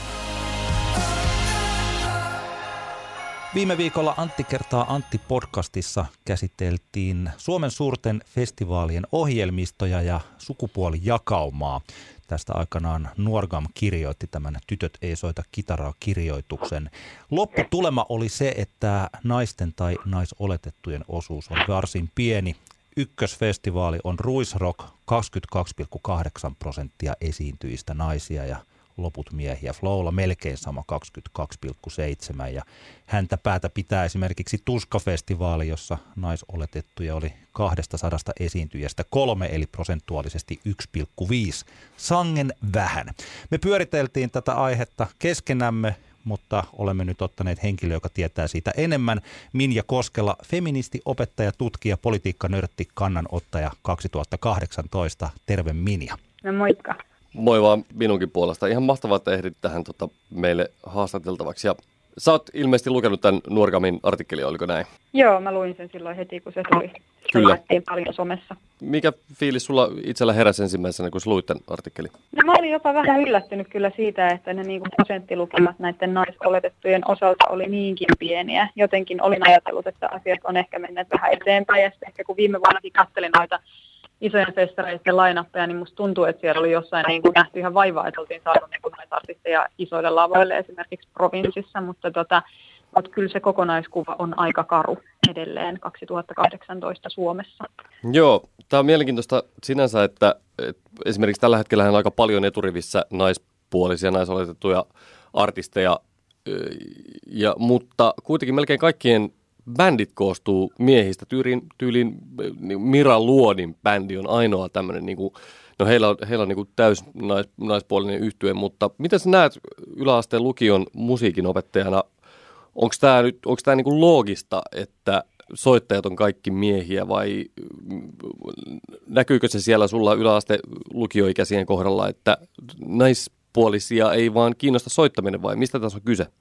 Viime viikolla Antti kertaa Antti podcastissa käsiteltiin Suomen suurten festivaalien ohjelmistoja ja sukupuolijakaumaa. Tästä aikanaan Nuorgam kirjoitti tämän Tytöt ei soita kitaraa -kirjoituksen. Lopputulema oli se, että naisten tai naisoletettujen osuus on varsin pieni. Ykkösfestivaali on Ruisrock, kaksikymmentäkaksi pilkku kahdeksan prosenttia esiintyjistä naisia ja loput miehiä. Flowlla melkein sama kaksikymmentäkaksi pilkku seitsemän ja häntä päätä pitää esimerkiksi Tuska-festivaali, jossa naisoletettuja oli kaksisataa esiintyjästä kolme eli prosentuaalisesti yksi pilkku viisi. Sangen vähän. Me pyöriteltiin tätä aihetta keskenämme, mutta olemme nyt ottaneet henkilö, joka tietää siitä enemmän. Minja Koskela, feministi, opettaja, tutkija, politiikkanörtti, kannanottaja kaksituhattakahdeksantoista. Terve Minja. No moikka. Moi vaan minunkin puolesta. Ihan mahtavaa, että ehdit tähän tota, meille haastateltavaksi. Ja sä oot ilmeisesti lukenut tämän Nuorgamin artikkelin, oliko näin? Joo, mä luin sen silloin heti, kun se tuli. Kyllä. Se paljon somessa. Mikä fiilis sulla itsellä heräsi ensimmäisenä, kun sä luit tämän artikkelin? No mä olin jopa vähän yllättynyt kyllä siitä, että ne niinku prosenttilukemat näiden naisoletettujen osalta oli niinkin pieniä. Jotenkin olin ajatellut, että asiat on ehkä menneet vähän eteenpäin. Ja ehkä kun viime vuonnakin katselin noita isojen festareiden line-uppeja, niin musta tuntuu, että siellä oli jossain niin kuin nähty ihan vaivaa, että oltiin saanut niin naisartisteja isoille lavoille esimerkiksi provinssissa, mutta, tota, mutta kyllä se kokonaiskuva on aika karu edelleen kaksituhattakahdeksantoista Suomessa. Joo, tämä on mielenkiintoista sinänsä, että, että esimerkiksi tällä hetkellä on aika paljon eturivissä naispuolisia, naisoletettuja artisteja, ja, mutta kuitenkin melkein kaikkien bändit koostuu miehistä. Tyyliin, tyyliin Mira Luodin bändi on ainoa tämmöinen, niin kuin, no heillä on, heillä on niin kuin täys nais, naispuolinen yhtye, mutta miten sä näet yläasteen lukion musiikin opettajana, onko tämä nyt, onko tämä niin kuin loogista, että soittajat on kaikki miehiä vai näkyykö se siellä sulla yläaste lukioikäisien kohdalla, että naispuolisia ei vaan kiinnosta soittaminen vai mistä tässä on kyse?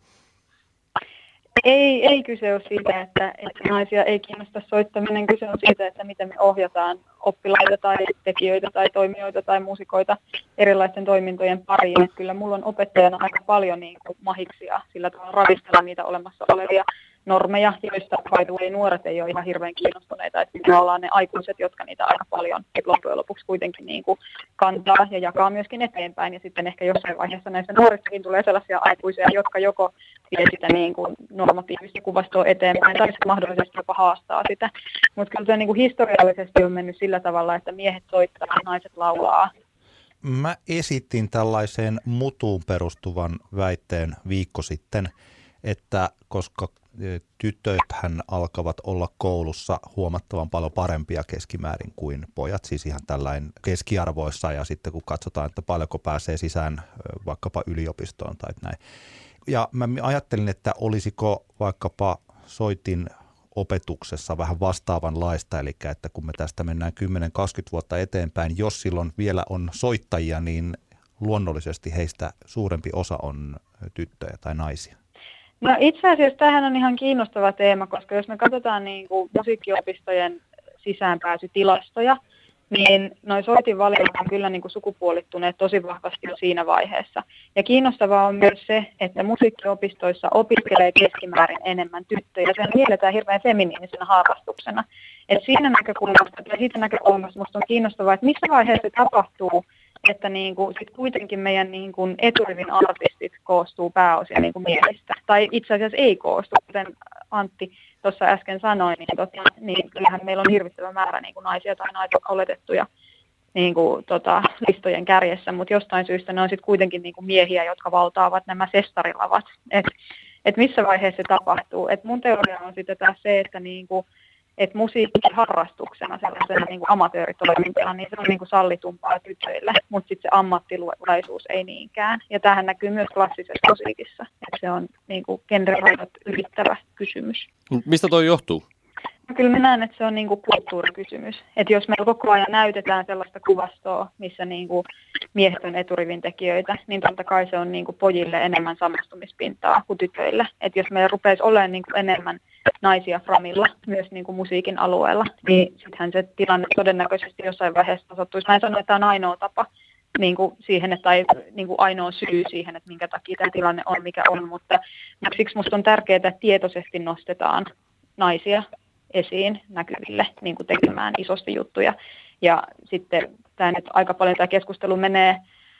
Ei, ei kyse ole siitä, että, että naisia ei kiinnosta soittaminen. Kyse on siitä, että miten me ohjataan oppilaita tai tekijöitä tai toimijoita tai muusikoita erilaisten toimintojen pariin. Että kyllä mulla on opettajana aika paljon niin kuin mahiksia sillä tavalla ravistella niitä olemassa olevia normeja, joista by the way, nuoret ei ole ihan hirveän kiinnostuneita. Että me ollaan ne aikuiset, jotka niitä aika paljon että loppujen lopuksi kuitenkin niin kuin kantaa ja jakaa myöskin eteenpäin. Ja sitten ehkä jossain vaiheessa näissä nuoristakin tulee sellaisia aikuisia, jotka joko vie sitä niin kuin normatiivista kuvastoa eteenpäin tai mahdollisesti jopa haastaa sitä. Mutta kyllä se niin kuin historiallisesti on mennyt sillä tavalla, että miehet soittaa ja naiset laulaa. Mä esitin tällaiseen mutuun perustuvan väitteen viikko sitten, että koska tytöthän alkavat olla koulussa huomattavan paljon parempia keskimäärin kuin pojat, siis ihan tällainen keskiarvoissa ja sitten kun katsotaan, että paljonko pääsee sisään vaikkapa yliopistoon tai näin. Ja mä ajattelin, että olisiko vaikkapa soitin opetuksessa vähän vastaavanlaista, eli että kun me tästä mennään kymmenen kaksikymmentä vuotta eteenpäin, jos silloin vielä on soittajia, niin luonnollisesti heistä suurempi osa on tyttöjä tai naisia. No itse asiassa tämähän on ihan kiinnostava teema, koska jos me katsotaan niin kuin musiikkiopistojen sisäänpääsytilastoja, niin noin soitinvalinnat on kyllä niin kuin sukupuolittuneet tosi vahvasti jo siinä vaiheessa. Ja kiinnostavaa on myös se, että musiikkiopistoissa opiskelee keskimäärin enemmän tyttöjä. Se mielletään hirveän feminiinisenä harrastuksena. Et siinä näkökulmasta, tai siitä näkökulmasta musta on kiinnostavaa, että missä vaiheessa se tapahtuu, että niin kuin, sit kuitenkin meidän niin kuin eturivin artistit koostuu pääosia niin kuin miehistä. Tai itse asiassa ei koostu, kuten Antti tuossa äsken sanoi, niin, tota, niin kyllähän meillä on hirvittävä määrä niin kuin naisia tai naisia oletettuja niin kuin, tota, listojen kärjessä, mutta jostain syystä ne on sitten kuitenkin niin kuin miehiä, jotka valtaavat nämä sestarilavat. Et, et missä vaiheessa se tapahtuu? Et mun teoria on sitten taas se, että niin kuin, et musiikkiharrastuksena, sellaisena niin kuin amatööritoimintana, niin se on niin kuin sallitumpaa tytöille, mutta sitten se ammattilaisuus ei niinkään. Ja tämähän näkyy myös klassisessa musiikissa, että se on niin kuin genrerajat ylittävä kysymys. Mistä toi johtuu? No, kyllä mä näen, että se on niin kuin kulttuurikysymys. Että jos me koko ajan näytetään sellaista kuvastoa, missä niin kuin miehet on eturivin tekijöitä, niin totta kai se on niin kuin pojille enemmän samastumispintaa kuin tytöille. Että jos meillä rupeaisi olemaan niin kuin enemmän naisia framilla myös niin kuin musiikin alueella, niin sittenhän se tilanne todennäköisesti jossain vaiheessa tasoittuisi. Mä en sano, että tämä on ainoa tapa niin kuin siihen, että, tai niin kuin ainoa syy siihen, että minkä takia tämä tilanne on, mikä on, mutta siksi musta on tärkeää, että tietoisesti nostetaan naisia esiin näkyville niin kuin tekemään isosti juttuja. Ja sitten tämä nyt aika paljon tämä keskustelu menee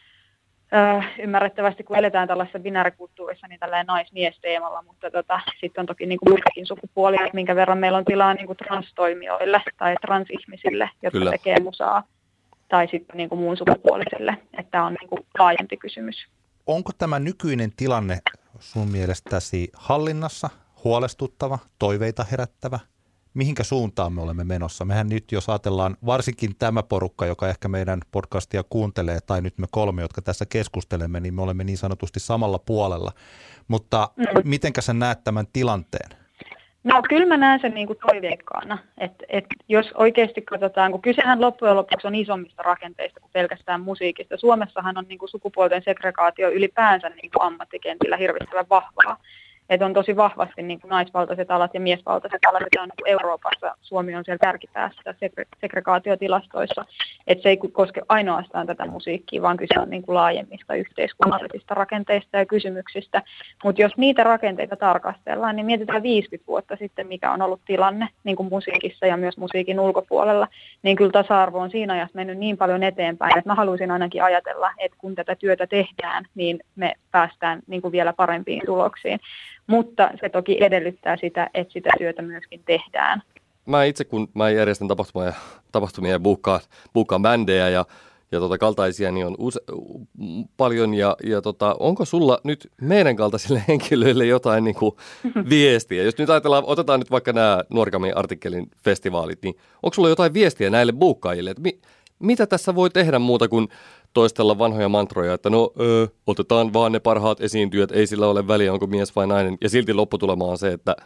ö, ymmärrettävästi, kun eletään tällaisessa binäärikulttuurissa, niin tällainen nais-mies-teemalla, mutta tota, sitten on toki niin kuin muitakin sukupuolia, minkä verran meillä on tilaa niin kuin transtoimijoille tai transihmisille, jotka Kyllä. tekee musaa, tai sitten niin kuin muun sukupuolisille, että tämä on niin kuin laajempi kysymys. Onko tämä nykyinen tilanne sun mielestäsi hallinnassa, huolestuttava, toiveita herättävä? Mihinkä suuntaan me olemme menossa? Mehän nyt, jos ajatellaan varsinkin tämä porukka, joka ehkä meidän podcastia kuuntelee, tai nyt me kolme, jotka tässä keskustelemme, niin me olemme niin sanotusti samalla puolella. Mutta mm. mitenkä sä näet tämän tilanteen? No kyllä mä näen sen niin kuin toiveikkaana, että et jos oikeasti katsotaan, kun kysehän loppujen lopuksi on isommista rakenteista kuin pelkästään musiikista. Suomessahan on niin kuin sukupuolten segregaatio ylipäänsä niin kuin ammattikentillä hirvittävän vahvaa. Että on tosi vahvasti niin kuin naisvaltaiset alat ja miesvaltaiset alat, ja on niin kuin Euroopassa, Suomi on siellä kärkipäässä segre- segregaatiotilastoissa. Että se ei koske ainoastaan tätä musiikkia, vaan kyse on niin kuin laajemmista yhteiskunnallisista rakenteista ja kysymyksistä. Mutta jos niitä rakenteita tarkastellaan, niin mietitään viisikymmentä vuotta sitten, mikä on ollut tilanne niin kuin musiikissa ja myös musiikin ulkopuolella, niin kyllä tasa-arvo on siinä ajassa mennyt niin paljon eteenpäin, että mä haluaisin ainakin ajatella, että kun tätä työtä tehdään, niin me päästään niin kuin vielä parempiin tuloksiin. Mutta se toki edellyttää sitä, että sitä työtä myöskin tehdään. Mä itse, kun mä järjestän tapahtumia ja, tapahtumia ja buukkaan, buukkaan bändejä ja, ja tota kaltaisia, niin on use, paljon. Ja, ja tota, onko sulla nyt meidän kaltaisille henkilöille jotain niin kuin viestiä? Jos nyt ajatellaan, otetaan nyt vaikka nämä Nuorgamin artikkelin festivaalit, niin onko sulla jotain viestiä näille buukkaajille? Että mi, mitä tässä voi tehdä muuta kuin toistella vanhoja mantroja, että no öö, otetaan vaan ne parhaat esiintyjät, ei sillä ole väliä, onko mies vai nainen. Ja silti lopputulema on se, että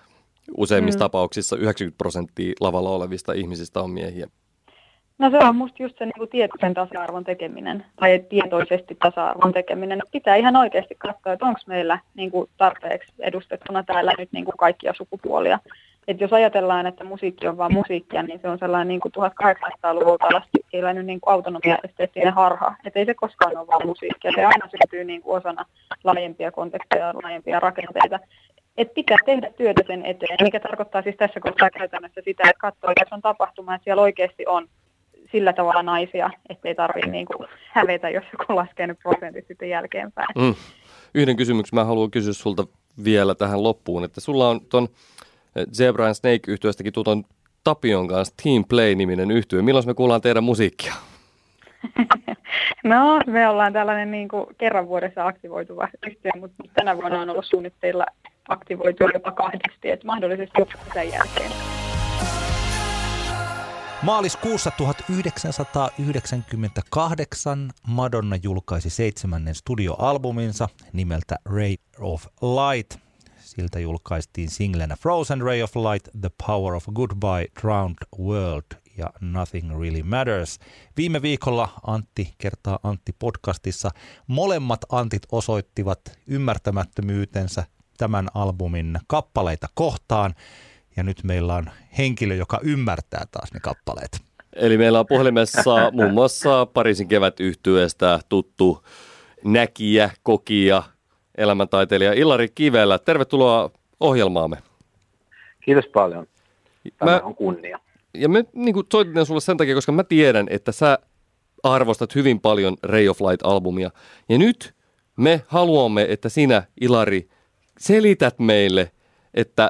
useimmissa mm. tapauksissa yhdeksänkymmentä prosenttia lavalla olevista ihmisistä on miehiä. No se on musta just se niin kuin tietoisen tasa-arvon tekeminen tai tietoisesti tasa-arvon tekeminen. Pitää ihan oikeasti katsoa, että onko meillä niin kuin tarpeeksi edustettuna täällä nyt niin kuin kaikkia sukupuolia. Et jos ajatellaan, että musiikki on vain musiikkia, niin se on sellainen niin kuin tuhatkahdeksansataaluvulta asti elänyt niin kuin autonomia-esteettinen harha. Että ei se koskaan ole vain musiikkia. Se aina syntyy niin kuin osana laajempia konteksteja, laajempia rakenteita. Että pitää tehdä työtä sen eteen, mikä tarkoittaa siis tässä kohtaa käytännössä sitä, että katsoo, että on tapahtuma, että siellä oikeasti on sillä tavalla naisia, ettei tarvitse niin kuin hävetä, jos joku laskee nyt prosentit sitten jälkeenpäin. Mm. Yhden kysymyksen mä haluan kysyä sulta vielä tähän loppuun, että sulla on ton Zebra and Snake-yhtyeestäkin tuton Tapion kanssa Team Play-niminen yhtye. Milloin me kuullaan teidän musiikkia? No, me ollaan tällainen niin kuin kerran vuodessa aktivoituva yhtye, mutta tänä vuonna on ollut suunnitteilla aktivoitua jopa kahdesti, että mahdollisesti jopa sen jälkeen. Maaliskuussa tuhatyhdeksänsataayhdeksänkymmentäkahdeksan Madonna julkaisi seitsemännen studioalbuminsa nimeltä Ray of Light. Siltä julkaistiin singlenä Frozen, Ray of Light, The Power of Goodbye, Drowned World ja Nothing Really Matters. Viime viikolla Antti kertaa Antti podcastissa molemmat Antit osoittivat ymmärtämättömyytensä tämän albumin kappaleita kohtaan. Ja nyt meillä on henkilö, joka ymmärtää taas ne kappaleet. Eli meillä on puhelimessa muun muassa Pariisin kevätyhtyeestä tuttu näkijä, kokija, elämäntaiteilija Ilari Kivelä. Tervetuloa ohjelmaamme. Kiitos paljon. Tämä mä, on kunnia. Ja me niin kuin soitin sulle sen takia, koska mä tiedän, että sä arvostat hyvin paljon Ray of Light-albumia. Ja nyt me haluamme, että sinä, Ilari, selität meille, että...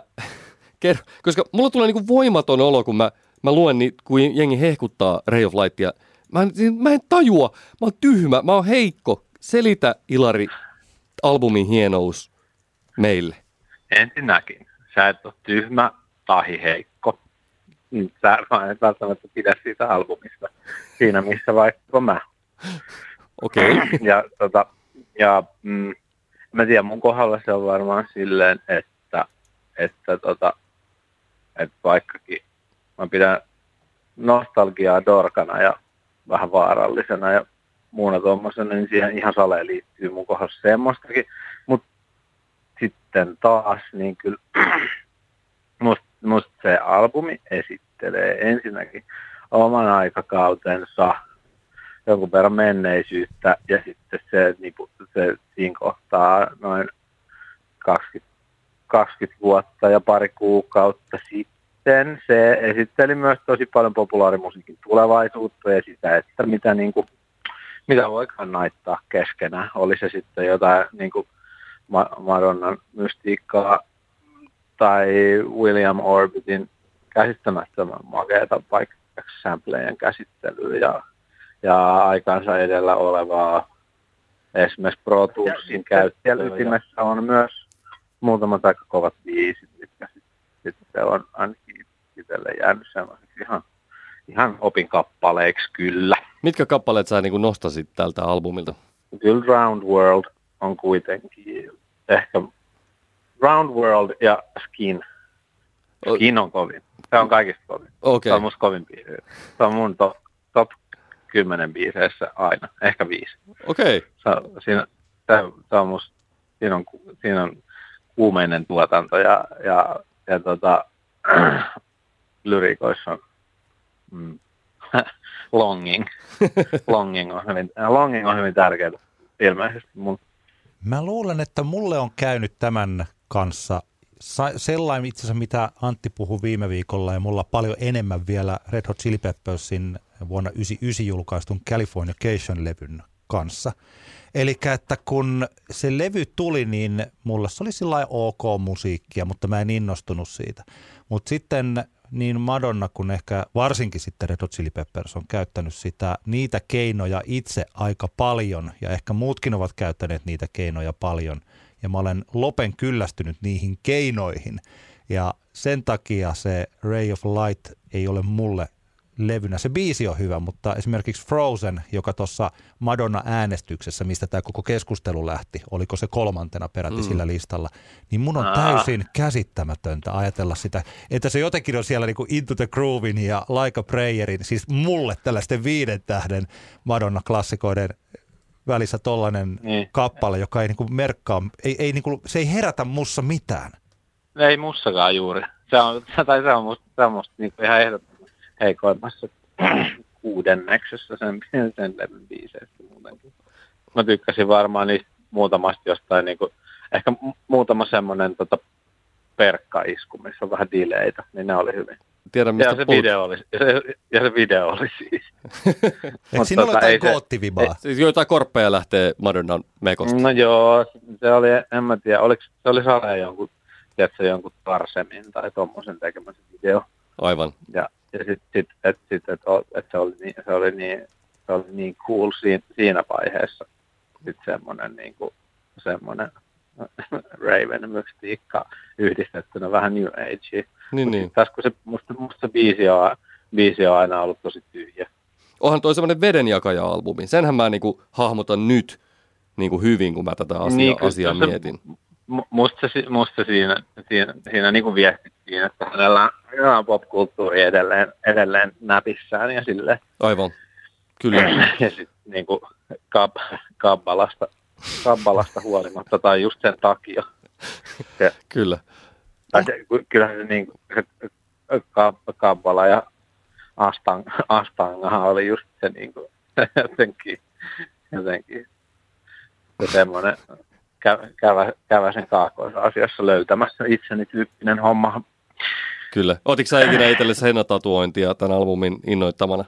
Koska mulla tulee niinku voimaton olo, kun mä, mä luen, niin, kun jengi hehkuttaa Ray of Lightia. Mä en, mä en tajua, mä oon tyhmä, mä oon heikko. Selitä, Ilari, albumin hienous meille. Ensinnäkin, sä et ole tyhmä tai heikko. Sä et välttämättä pidä siitä albumista siinä, missä vaikka mä. Okei. Okay. Ja, tota, ja mm, mä tiedän, mun kohdalla se on varmaan silleen, että, että tota, että vaikkakin mä pidän nostalgiaa dorkana ja vähän vaarallisena ja muuna tuommoisena, niin siihen ihan saleen liittyy mun kohdassa semmoistakin. Mutta sitten taas, niin kyllä musta must se albumi esittelee ensinnäkin oman aikakautensa, jonkun verran menneisyyttä ja sitten se, niin se siinä kohtaa noin kaksikymmentä kaksikymmentä vuotta ja pari kuukautta sitten se esitteli myös tosi paljon populaarimusiikin tulevaisuutta ja sitä, että mitä, niin kuin, mitä voi kannattaa keskenään. Oli se sitten jotain niin kuin Madonnan mystiikkaa tai William Orbitin käsittämättömän makeata vaikka samplejen käsittelyä ja, ja aikaansa edellä olevaa esimerkiksi Pro Toolsin käyttäjän ytimessä on myös muutamat aika kovat biisit, mitkä sitten sit on ainakin itselle jäänyt sellaiseksi ihan, ihan opinkappaleiksi kyllä. Mitkä kappaleet sä niin nostasit tältä albumilta? Kyllä Round World on kuitenkin ehkä Round World ja Skin. Skin on kovin. Se on kaikista kovin. Okay. Se on musta kovin biisi. Se on mun top, top kymmenen biiseissä aina. Ehkä viisi. Okei. Okay. Se, siinä, se, se on musta, siinä on, siinä on kuumeinen tuotanto ja, ja, ja tota, lyrikoissa on mm, longing. longing, on hyvin, longing on hyvin tärkeää ilmeisesti mun. Mä luulen, että mulle on käynyt tämän kanssa sellainen itse asiassa, mitä Antti puhui viime viikolla ja mulla paljon enemmän vielä Red Hot Chili Peppersin vuonna yhdeksänkymmentäyhdeksän julkaistun Californication-levyn kanssa. Eli että kun se levy tuli, niin mulla se oli sillä ok musiikkia, mutta mä en innostunut siitä. Mutta sitten niin Madonna kuin ehkä varsinkin sitten Red Hot Chili Peppers on käyttänyt sitä, niitä keinoja itse aika paljon ja ehkä muutkin ovat käyttäneet niitä keinoja paljon. Ja mä olen lopen kyllästynyt niihin keinoihin ja sen takia se Ray of Light ei ole mulle levynä. Se biisi on hyvä, mutta esimerkiksi Frozen, joka tuossa Madonna-äänestyksessä, mistä tämä koko keskustelu lähti, oliko se kolmantena peräti mm. sillä listalla, niin mun on täysin käsittämätöntä ajatella sitä, että se jotenkin on siellä niinku Into the Groovein ja Like a Prayerin, siis mulle tällaisten viiden tähden Madonna-klassikoiden välissä tollainen niin. kappale, joka ei niinku merkkaa, ei, ei niinku, se ei herätä mussa mitään. Ei mussakaan juuri. Se on, tai se on musta, se on musta niinku ihan ehdottomasti heikoimmassa kuudenneksessa sen, sen levyn biiseistä muutenkin. Mä tykkäsin varmaan niistä muutamasta jostain, niinku, ehkä muutama semmoinen tota, perkkaisku, missä on vähän delaytä, niin ne oli hyvin. Tiedän, mistä ja, se video oli, ja, se, ja se video oli siis. Eikö siinä ole jotain koottivibaa? Siis joitain korppeja lähtee Madonnan mekosta. No joo, se oli, en mä tiedä, oliko se oli Sale jonkun, tiedätkö, jonkun Tarsemin tai tommosen tekemässä video. Aivan. Ja, ja sitten sit, että sit, et, et se, oli niin, se, oli niin, se oli niin cool siinä, siinä vaiheessa. Sitten semmoinen niinku, semmoinen Raven-mystiikka yhdistettynä vähän New Ageen. Niin, niin. Tässä kun se, musta, musta se biisi on, biisi on aina ollut tosi tyhjä. Onhan toi semmoinen vedenjakaja-albumi. Senhän mä niinku hahmotan nyt niinku hyvin, kun mä tätä asiaa, niin, asiaa se, mietin. Musta, se, musta siinä, siinä, siinä niinku viestit siinä, että hänellä on popkulttuuri edelleen, edelleen näpissään ja silleen. Aivan, kyllä. Ja sitten niinku kab, kabbalasta, kabbalasta huolimatta tai just sen takia. Se, kyllä. Tai se, kyllähän se, niin, se kabbala ja astang, astangahan oli just se niin kuin, jotenkin, jotenkin se semmoinen kä, kävä, käväsen kaakkoisasiassa löytämässä itseni tyyppinen homma. Kyllä. Otitko sä ikinä itsellesi henna-tatuointia tämän albumin innoittamana?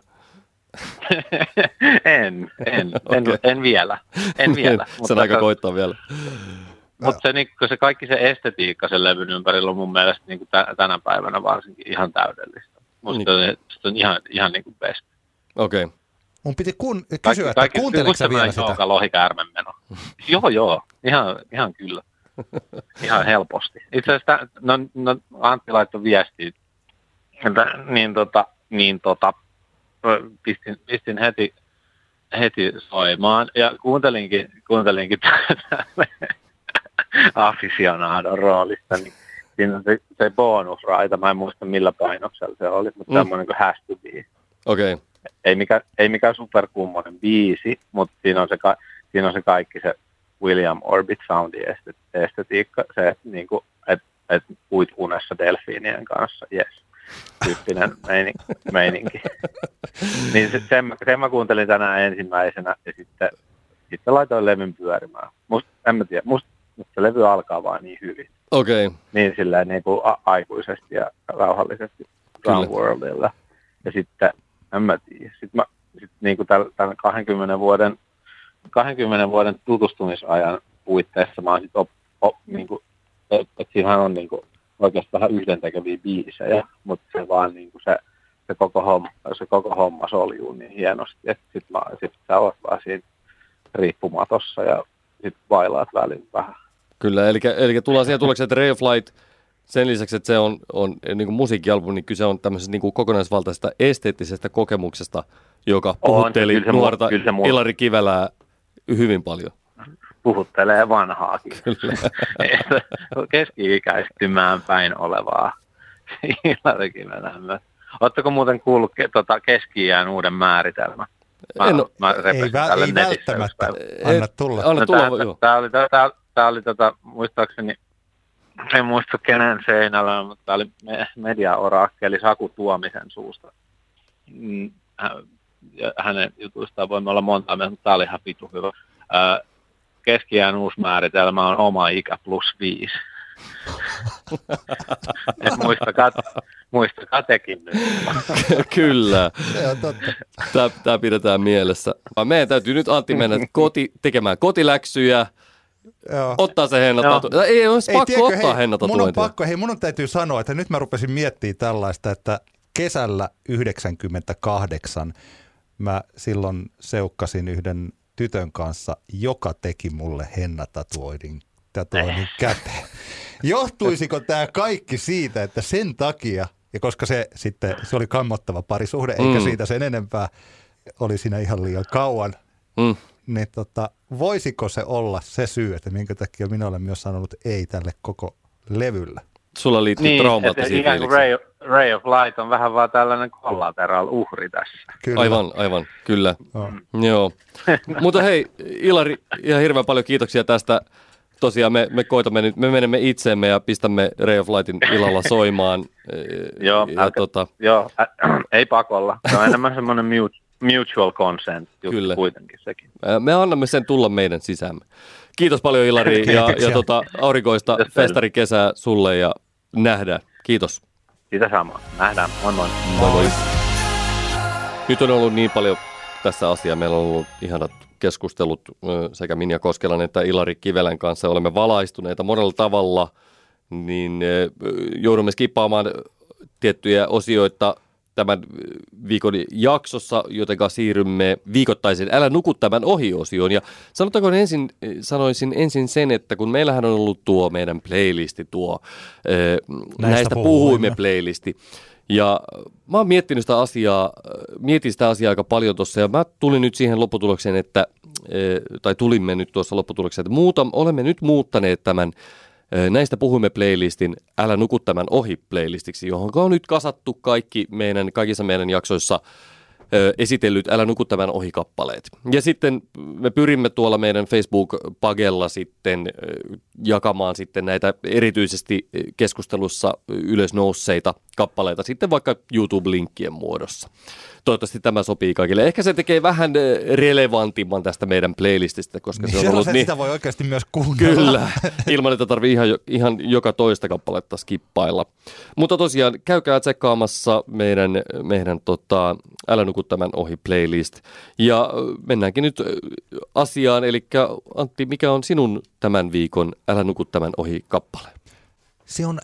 en, en, okay. en, en vielä. En vielä. Sen aika koittaa vielä. Mutta se, niin, se kaikki se estetiikka sen levyn ympärillä on mun mielestä niin kuin t- tänä päivänä varsinkin ihan täydellistä. Musta niin. se on ihan, ihan niin kuin best. Okei. Okay. Mun piti kun, kysyä, kaikki, että kuunteleeko sä vielä sitä? Kaikki lohikäärmen meno. joo, joo. Ihan, ihan kyllä. Ihan helposti. Itse asiassa, no, no Antti laittoi viestiä, että niin tota, niin tota, pistin, pistin heti, heti soimaan ja kuuntelinkin, kuuntelinkin tätä aficionadon roolista, niin siinä on se, se bonusraita, mä en muista millä painoksella se oli, mutta mm. semmoinen kuin Has to Be. Okei. Okay. Ei mikään, ei mikään superkummoinen biisi, mutta siinä on se, siinä on se kaikki se William Orbit soundi estetiikka, se niinku, että et uit unessa delfiinien kanssa, yes, tyyppinen meininki. meininki. Niin se, sen, sen mä kuuntelin tänään ensimmäisenä ja sitten, sitten laitoin levyn pyörimään. Musta, en mä tiedä, musta Mutta se levy alkaa vaan niin hyvin. Okei. Okay. Niin silleen niin kuin a- aikuisesti ja rauhallisesti Drowned Worldilla. Ja sitten, en mä tiedä, sitten mä, sit niin kuin tämän kaksikymmentä vuoden, kaksikymmentä vuoden tutustumisajan puitteissa mä oon sit op, op, niin kuin, että et siinähän on niin kuin oikeastaan vähän yhdentekeviä biisejä, mutta se vaan niin kuin se, se, koko homma, se koko homma soljuu niin hienosti, että sit, mä, sit sä oot vaan siinä riippumatossa ja sitten bailaat välillä vähän. Kyllä, eli, eli tullaan siihen tulokseen, että Ray of Light, sen lisäksi, että se on, on niin kuin musiikkialbumi, niin kyse on tämmöisestä niin kuin kokonaisvaltaisesta esteettisestä kokemuksesta, joka puhutteli on, nuorta mu- Ilari Kivelää hyvin paljon. Puhuttelee vanhaakin. Keski-ikäistymään päin olevaa Ilari Kivelää myös. Oletteko muuten kuullut tuota keski-iän uuden määritelmän? Mä, en, mä ei, vä, ei välttämättä. Anna tulla. Anna tulla, no, Tämä oli, tää, tää oli tota, muistaakseni, en muista kenen seinällä, mutta tämä oli media-orakkeli Saku Tuomisen suusta. Hänen jutuistaan voimme olla monta mieltä, mutta tämä oli ihan vitu hyvä. Keski-iän uusi määritelmä on oma ikä plus viisi. Et muistakaa, muistakaa tekin nyt. Kyllä. Tämä, tämä pidetään mielessä. Meidän täytyy nyt Antti mennä koti, tekemään kotiläksyjä. Joo. Ottaa se hennatatuointi. Ei olisi pakko tiedätkö, ottaa hennatatuointia. Mun on pakko, hei mun on täytyy sanoa, että nyt mä rupesin miettimään tällaista, että kesällä yhdeksänkymmentäkahdeksan mä silloin seukkasin yhden tytön kanssa, joka teki mulle hennatatuoinnin tatuoinnin käteen. Johtuisiko tämä kaikki siitä, että sen takia Ja koska se sitten, se oli kammottava parisuhde, eikä Mm. siitä sen enempää, oli siinä ihan liian kauan, Mm. niin tota, voisiko se olla se syy, että minkä takia minä olen myös sanonut ei tälle koko levylle? Sulla liittyy Niin, että traumaattisia ikään kuin fiiliksiä. Ray, Ray of Light on vähän vaan tällainen collateral uhri tässä. Kyllä. Aivan, aivan, kyllä. No. Joo. Mutta hei, Ilari, ihan hirveän paljon kiitoksia tästä. Tosiaan me, me koitamme nyt, me menemme itseemme ja pistämme Ray of Lightin illalla soimaan. Joo, ja älkä, tota, joo ä, ei pakolla. Se on enemmän semmoinen mutual consent juttu Kyllä. kuitenkin sekin. me annamme sen tulla meidän sisäämme. Kiitos paljon Ilari ja, ja Kiitoksia. tota, aurinkoista Kiitos. festarikesää sulle ja nähdään. Kiitos. Sitä samaa. Nähdään. Moi moi. Moi moi. Nyt on ollut niin paljon tässä asiaa. Meillä on ollut ihanat keskustelut ö, sekä Minja Koskelan että Ilari Kivelän kanssa. Olemme valaistuneita monella tavalla, niin ö, joudumme skippaamaan tiettyjä osioita tämän viikon jaksossa, jotenka siirrymme viikoittaisen Älä nuku tämän ohi-osioon. Ja sanotaanko ensin, sanoisin ensin sen, että kun meillähän on ollut tuo meidän playlisti, tuo ö, näistä, näistä puhuimme playlisti. Ja mä oon miettinyt sitä asiaa, mietin sitä asiaa aika paljon tuossa ja mä tulin nyt siihen lopputulokseen, että, tai tulimme nyt tuossa lopputulokseen, että muuta, olemme nyt muuttaneet tämän näistä puhuimme playlistin Älä nuku tämän ohi playlistiksi, johon on nyt kasattu kaikki meidän, kaikissa meidän jaksoissa ö, esitellyt Älä nuku tämän ohi kappaleet. Ja sitten me pyrimme tuolla meidän Facebook-pagella sitten ö, jakamaan sitten näitä erityisesti keskustelussa ylösnousseita kappaleita sitten vaikka YouTube-linkkien muodossa. Toivottavasti tämä sopii kaikille. Ehkä se tekee vähän relevantimman tästä meidän playlististä, koska Niin se on ollut niin... sitä voi oikeasti myös kuunnella. Kyllä, ilman että tarvii ihan, ihan joka toista kappaletta skippailla. Mutta tosiaan käykää tsekkaamassa meidän, meidän tota, Älä nuku tämän ohi playlist. Ja mennäänkin nyt asiaan, eli Antti, mikä on sinun tämän viikon Älä nuku tämän ohi kappale? Se on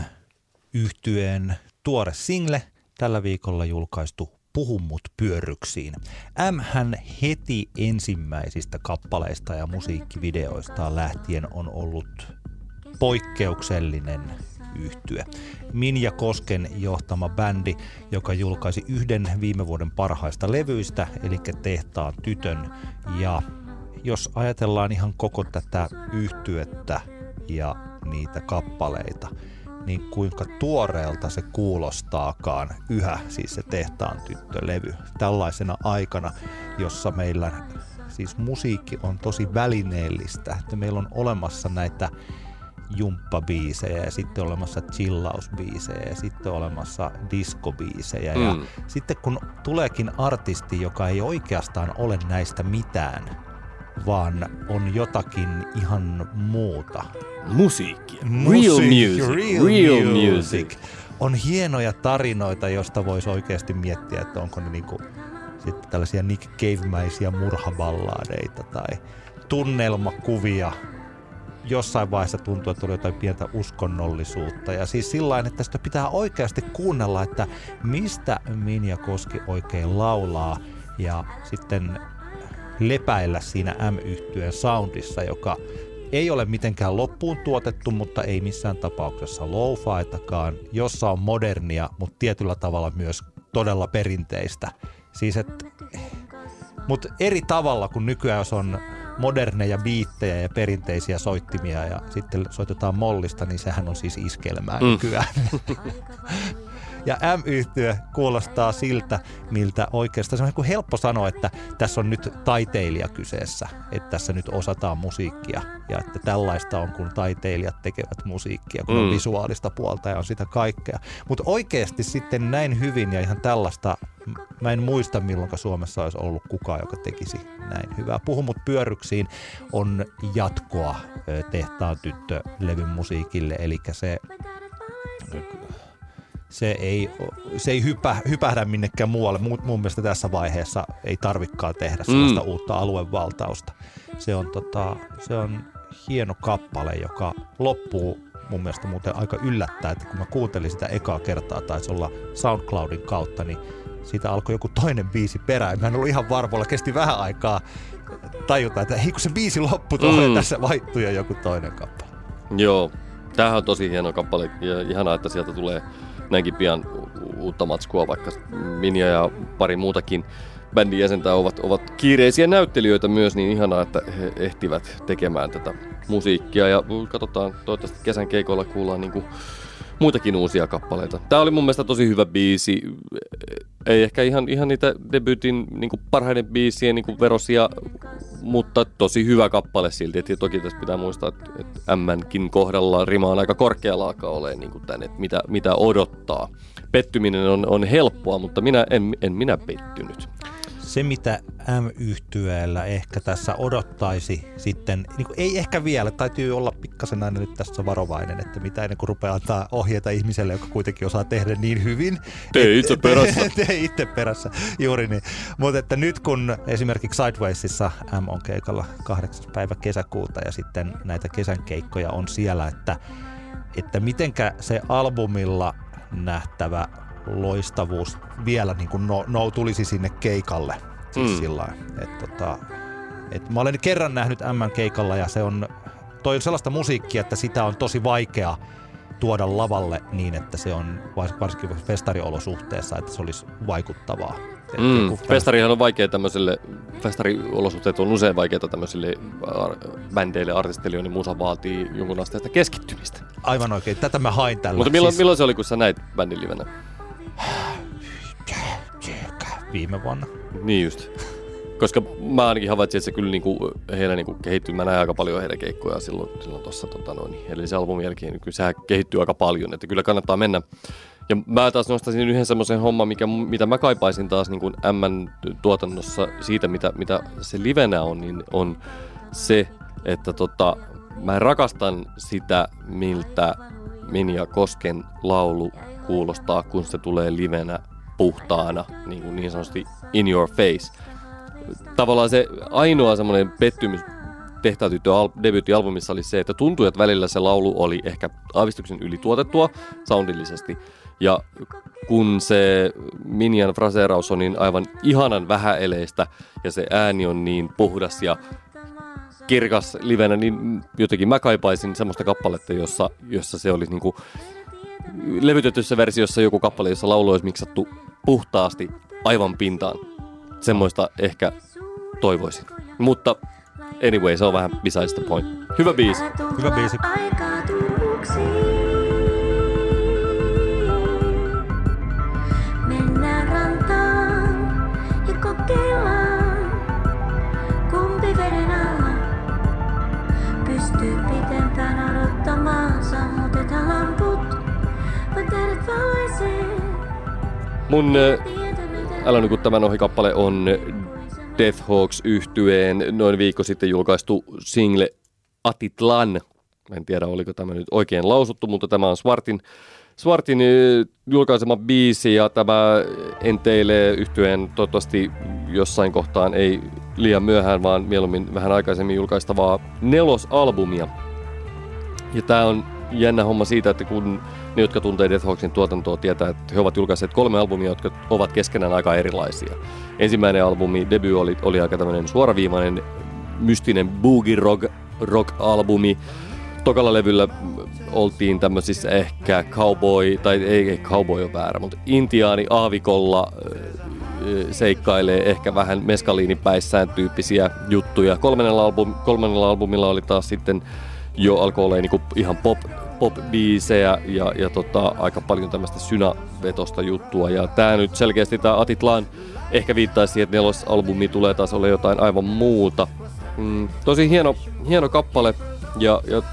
M-yhtyeen tuore single, tällä viikolla julkaistu Puhu mut pyörryksiin. M-hän heti ensimmäisistä kappaleista ja musiikkivideoistaan lähtien on ollut poikkeuksellinen yhtye. Minja Kosken johtama bändi, joka julkaisi yhden viime vuoden parhaista levyistä, eli Tehtaan tytön. Ja jos ajatellaan ihan koko tätä yhtyettä ja niitä kappaleita, niin kuinka tuoreelta se kuulostaakaan yhä, siis se Tehtaan tyttölevy, tällaisena aikana, jossa meillä siis musiikki on tosi välineellistä, että meillä on olemassa näitä jumppabiisejä ja sitten olemassa chillausbiisejä ja sitten olemassa diskobiisejä mm. ja sitten kun tuleekin artisti, joka ei oikeastaan ole näistä mitään, vaan on jotakin ihan muuta. Musiikki. Music, Real music. Real, Real music. music. On hienoja tarinoita, josta voisi oikeasti miettiä, että onko ne niinku sitten tällaisia Nick Cave-mäisiä murhaballadeita tai tunnelmakuvia. Jossain vaiheessa tuntuu, että oli jotain pientä uskonnollisuutta. Ja siis sillain, että sitä pitää oikeasti kuunnella, että mistä Minja Koski oikein laulaa ja sitten lepäillä siinä M-yhtyeen soundissa, joka ei ole mitenkään loppuun tuotettu, mutta ei missään tapauksessa lo-faitakaan, jossa on modernia, mutta tietyllä tavalla myös todella perinteistä. Siis et, mutta eri tavalla kuin nykyään, jos on moderneja biittejä ja perinteisiä soittimia ja sitten soitetaan mollista, niin sehän on siis iskelmää mm. nykyään. Ja M-yhtye kuulostaa siltä, miltä oikeastaan se on niin helppo sanoa, että tässä on nyt taiteilija kyseessä, että tässä nyt osataan musiikkia ja että tällaista on, kun taiteilijat tekevät musiikkia, kun mm. on visuaalista puolta ja on sitä kaikkea. Mutta oikeasti sitten näin hyvin ja ihan tällaista, mä en muista milloin Suomessa olisi ollut kukaan, joka tekisi näin hyvää. Puhu mut pyörryksiin on jatkoa Tehtaan tyttö-levyn musiikille, eli se... Se ei, se ei hypä, hypähdä minnekään muualle. Mun mielestä tässä vaiheessa ei tarvikaan tehdä sellaista mm. uutta aluevaltausta. Se on, tota, se on hieno kappale, joka loppuu mun mielestä muuten aika yllättää, että kun mä kuuntelin sitä ekaa kertaa, taisi olla SoundCloudin kautta, niin siitä alkoi joku toinen biisi perään. Mä en ollut ihan varmoilla, kesti vähän aikaa tajuta, että hei kun se biisi loppui tuohon mm. ja tässä vaihtui jo joku toinen kappale. Joo, tämähän on tosi hieno kappale ja ihanaa, että sieltä tulee näinkin pian uutta matskua, vaikka Minja ja pari muutakin bändin jäsentä ovat, ovat kiireisiä näyttelijöitä myös, niin ihanaa, että he ehtivät tekemään tätä musiikkia. Ja katsotaan, toivottavasti kesän keikoilla kuullaan niin kuin muitakin uusia kappaleita. Tämä oli mun mielestä tosi hyvä biisi. Ei ehkä ihan, ihan niitä debyytin niin kuin parhaiden biisien niin kuin verosia, mutta tosi hyvä kappale silti. Et toki tässä pitää muistaa, että, että M:nkin kohdalla rima on aika korkealla alkaa olemaan niin kuin tämän, että mitä, mitä odottaa. Pettyminen on, on helppoa, mutta minä en, en minä pettynyt. Se, mitä M-yhtyeellä ehkä tässä odottaisi sitten, niin kuin ei ehkä vielä, täytyy olla pikkasen aina nyt tässä varovainen, että mitä ennen kuin rupeaa antaa ohjeita ihmiselle, joka kuitenkin osaa tehdä niin hyvin. Tee itse perässä. Tee itse perässä, juuri niin. Mutta että nyt kun esimerkiksi Sidewaysissa M on keikalla kahdeksas päivä kesäkuuta ja sitten näitä kesän keikkoja on siellä, että, että mitenkä se albumilla nähtävä loistavuus vielä niin kuin no, no, tulisi sinne keikalle. Siis mm. sillain, että tota, et mä olen kerran nähnyt M:n keikalla ja se on toi on sellaista musiikkia, että sitä on tosi vaikea tuoda lavalle niin, että se on varsinkin festariolosuhteessa, että se olisi vaikuttavaa. Mm. Festarihan on vaikea tämmöiselle, festariolosuhteet on usein vaikeita tämmöisille bändeille, artistelijoille, niin musa vaatii jonkun asteesta keskittymistä. Aivan oikein, tätä mä hain tällä. Mutta milloin, siis... milloin se oli, kun sä näit bändin livenä? Viime vuonna. Niin just. Koska mä ainakin havaitsin, että se kyllä niinku, heillä niinku kehittyy. Mä näin aika paljon heidän keikkoja silloin, silloin tuossa tota edellisen albumin jälkeen. Niin kyllä sehän kehittyy aika paljon, että kyllä kannattaa mennä. Ja mä taas nostaisin yhden semmoisen homman, mikä, mitä mä kaipaisin taas niin kuin M:n tuotannossa siitä, mitä, mitä se livenä on, niin on se, että tota, mä rakastan sitä, miltä Minja Kosken laulu kuulostaa, kun se tulee livenä puhtaana, niin, kuin niin sanotusti in your face. Tavallaan se ainoa semmoinen pettymys Tehtäytyttö al- debyyttialbumissa oli se, että tuntui, että välillä se laulu oli ehkä aavistuksen ylituotettua soundillisesti. Ja kun se Minjan fraseeraus on niin aivan ihanan vähäeleistä ja se ääni on niin puhdas ja kirkas livenä, niin jotenkin mä kaipaisin semmoista kappaletta, jossa, jossa se olisi niinku levytetyssä versiossa joku kappale, jossa laulu olisi miksattu puhtaasti aivan pintaan. Semmoista ehkä toivoisin. Mutta anyway, se on vähän besides the point. Hyvä biisi. Hyvä biisi. Mennään rantaan ja kokeillaan, kumpi veden alla pystyy pitempään odottamaan. Sammutetaan lamput, vaan teidät valaisee. Mun Älä nuku tämän ohikappale on Deathhawks -yhtyeen noin viikko sitten julkaistu single Atitlan. En tiedä, oliko tämä nyt oikein lausuttu, mutta tämä on Swartin, Swartin julkaisema biisi ja tämä enteilee yhtyeen toivottavasti jossain kohtaan ei liian myöhään, vaan mieluummin vähän aikaisemmin julkaistavaa nelosalbumia. Ja tämä on jännä homma siitä, että kun ne, jotka tuntee Deathhawksin tuotantoa, tietää, että he ovat julkaisseet kolme albumia, jotka ovat keskenään aika erilaisia. Ensimmäinen albumi, debut, oli, oli aika tämmöinen suoraviivainen, mystinen boogie rock, rock-albumi. Tokalla levyllä oltiin tämmöisissä ehkä cowboy, tai ei, ei cowboy on väärä, mutta intiaani aavikolla seikkailee ehkä vähän meskaliinipäissään tyyppisiä juttuja. Kolmannella, album, kolmannella albumilla oli taas sitten jo alkoi olla niinku ihan pop, pop-biisejä ja, ja tota, aika paljon tämmöistä synävetosta juttua. Ja tää nyt selkeästi tää Atitlan ehkä viittaisi siihen, että nelosalbumi tulee taas olla jotain aivan muuta. Mm, tosi hieno, hieno kappale ja, ja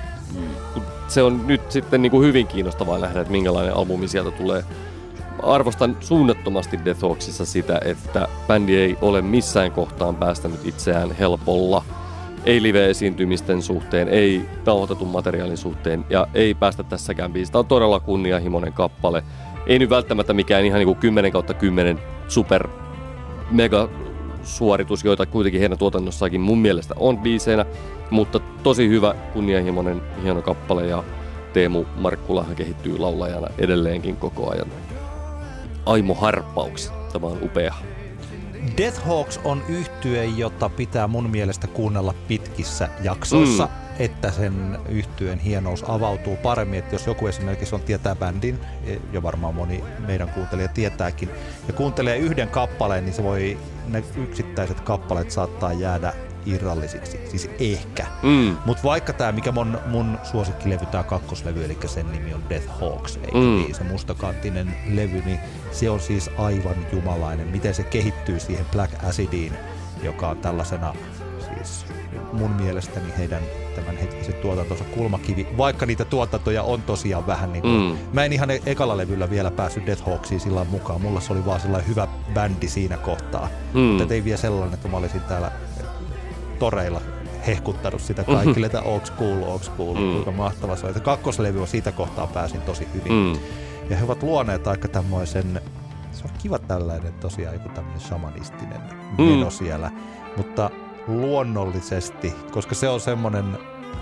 se on nyt sitten niinku hyvin kiinnostavaa nähdä, että minkälainen albumi sieltä tulee. Arvostan suunnattomasti Deathhawksissa sitä, että bändi ei ole missään kohtaan päästänyt itseään helpolla. Ei live-esiintymisten suhteen, ei nauhoitetun materiaalin suhteen ja ei päästä tässäkään biisistä. Tämä on todella kunnianhimoinen kappale. Ei nyt välttämättä mikään ihan niin kuin kymmenen kautta kymmenen super mega suoritus, joita kuitenkin heidän tuotannossakin mun mielestä on biiseinä, mutta tosi hyvä kunnianhimoinen hieno kappale ja Teemu Markkulahan kehittyy laulajana edelleenkin koko ajan. Aimo harppauksia. Tämä on upea. Deathhawks on yhtye, jota pitää mun mielestä kuunnella pitkissä jaksoissa. Mm. että sen yhtyeen hienous avautuu paremmin. Että jos joku esimerkiksi on tietää bändin, jo varmaan moni meidän kuuntelija tietääkin, ja kuuntelee yhden kappaleen, niin se voi, ne yksittäiset kappaleet saattaa jäädä irrallisiksi, siis ehkä. Mm. Mutta vaikka tämä, mikä mun, mun suosikkilevy, tämä kakkoslevy, eli sen nimi on Death Hawks, eikä mm. niin, se mustakantinen levy, niin se on siis aivan jumalainen, miten se kehittyy siihen Black Acidiin, joka on tällaisena siis mun mielestäni heidän tämänhetkisen tuotantonsa kulmakivi, vaikka niitä tuotantoja on tosiaan vähän niin kuin, mm. mä en ihan e- ekalla levyllä vielä päässyt Death Hawksiin sillä mukaan, mulla se oli vaan sellainen hyvä bändi siinä kohtaa, mm. mutta ei vielä sellainen, että mä olisin täällä toreilla hehkuttanut sitä kaikille, että ooks kuulu, ooks kuulu, mm. kuinka mahtava se on. Kakkoslevy on siitä kohtaa pääsin tosi hyvin. Mm. Ja he ovat luoneet aika tämmöisen, se on kiva tällainen tosiaan joku tämmöinen shamanistinen mm. meno siellä, mutta luonnollisesti, koska se on semmoinen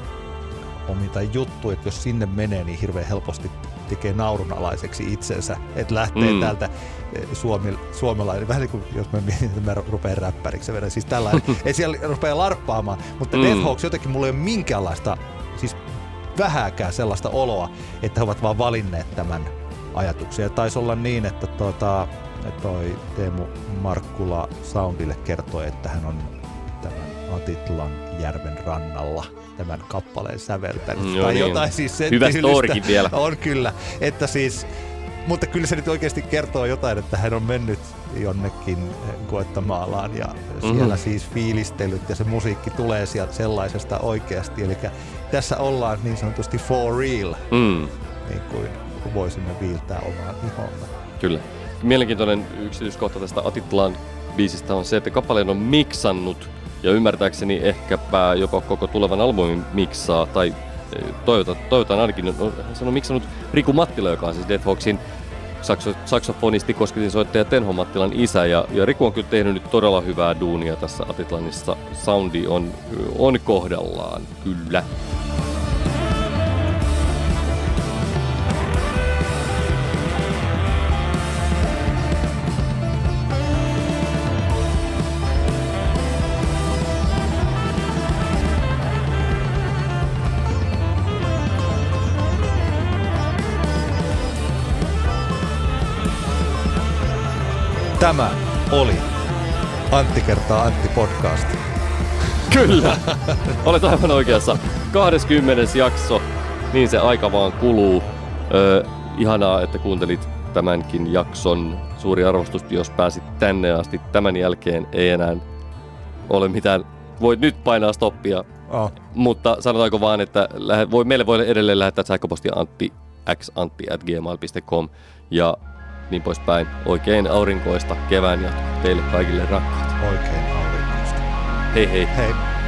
omita juttu, että jos sinne menee, niin hirveän helposti tekee naurunalaiseksi itsensä, että lähtee mm. täältä suomi, suomalainen, vähän niin kuin jos mä mietin, että mä rupean räppäriksi, siis tällainen, ei siellä rupea larppaamaan, mutta mm. Death Hawks jotenkin mulla ei ole minkäänlaista, siis vähääkään sellaista oloa, että he ovat vaan valinneet tämän ajatuksen. Ja taisi olla niin, että tuota, toi Teemu Markkula Soundille kertoi, että hän on tämän Atitlan järven rannalla tämän kappaleen säveltänyt. Mm, tai niin. jotain siis sen hyvä storikin vielä. On kyllä, että siis, mutta kyllä se nyt oikeasti kertoo jotain, että hän on mennyt jonnekin Guatemalään ja mm-hmm. siellä siis fiilistellyt ja se musiikki tulee sieltä sellaisesta oikeasti. Eli tässä ollaan niin sanotusti for real, mm. niin kuin voisimme viiltää omaan ihomme. Kyllä. Mielenkiintoinen yksityiskohta tästä Atitlan biisistä on se, että kappaleen on miksannut ja ymmärtääkseni ehkäpä jopa koko tulevan albumin miksaa, tai toivotan, toivotan ainakin, hän on miksannut Riku Mattila, joka on siis Death Hawksin sakso, saksofonisti, kosketinsoittaja Tenho Mattilan isä, ja, ja Riku on kyllä tehnyt nyt todella hyvää duunia tässä Atitlanissa. Soundi on, on kohdallaan, kyllä. Tämä oli Antti kertaa Antti podcast. Kyllä, olet aivan oikeassa. kahdeskymmenes jakso, niin se aika vaan kuluu. Öö, ihanaa, että kuuntelit tämänkin jakson. Suuri arvostus, jos pääsit tänne asti. Tämän jälkeen ei enää ole mitään. Voit nyt painaa stoppia, oh. mutta sanotaanko vaan, että voi, meille voi edelleen lähettää sähköpostia antti x antti at gmail piste com ja niin poispäin. Oikein aurinkoista kevään ja teille kaikille rakkaat. Oikein aurinkoista. Hei hei. Hei.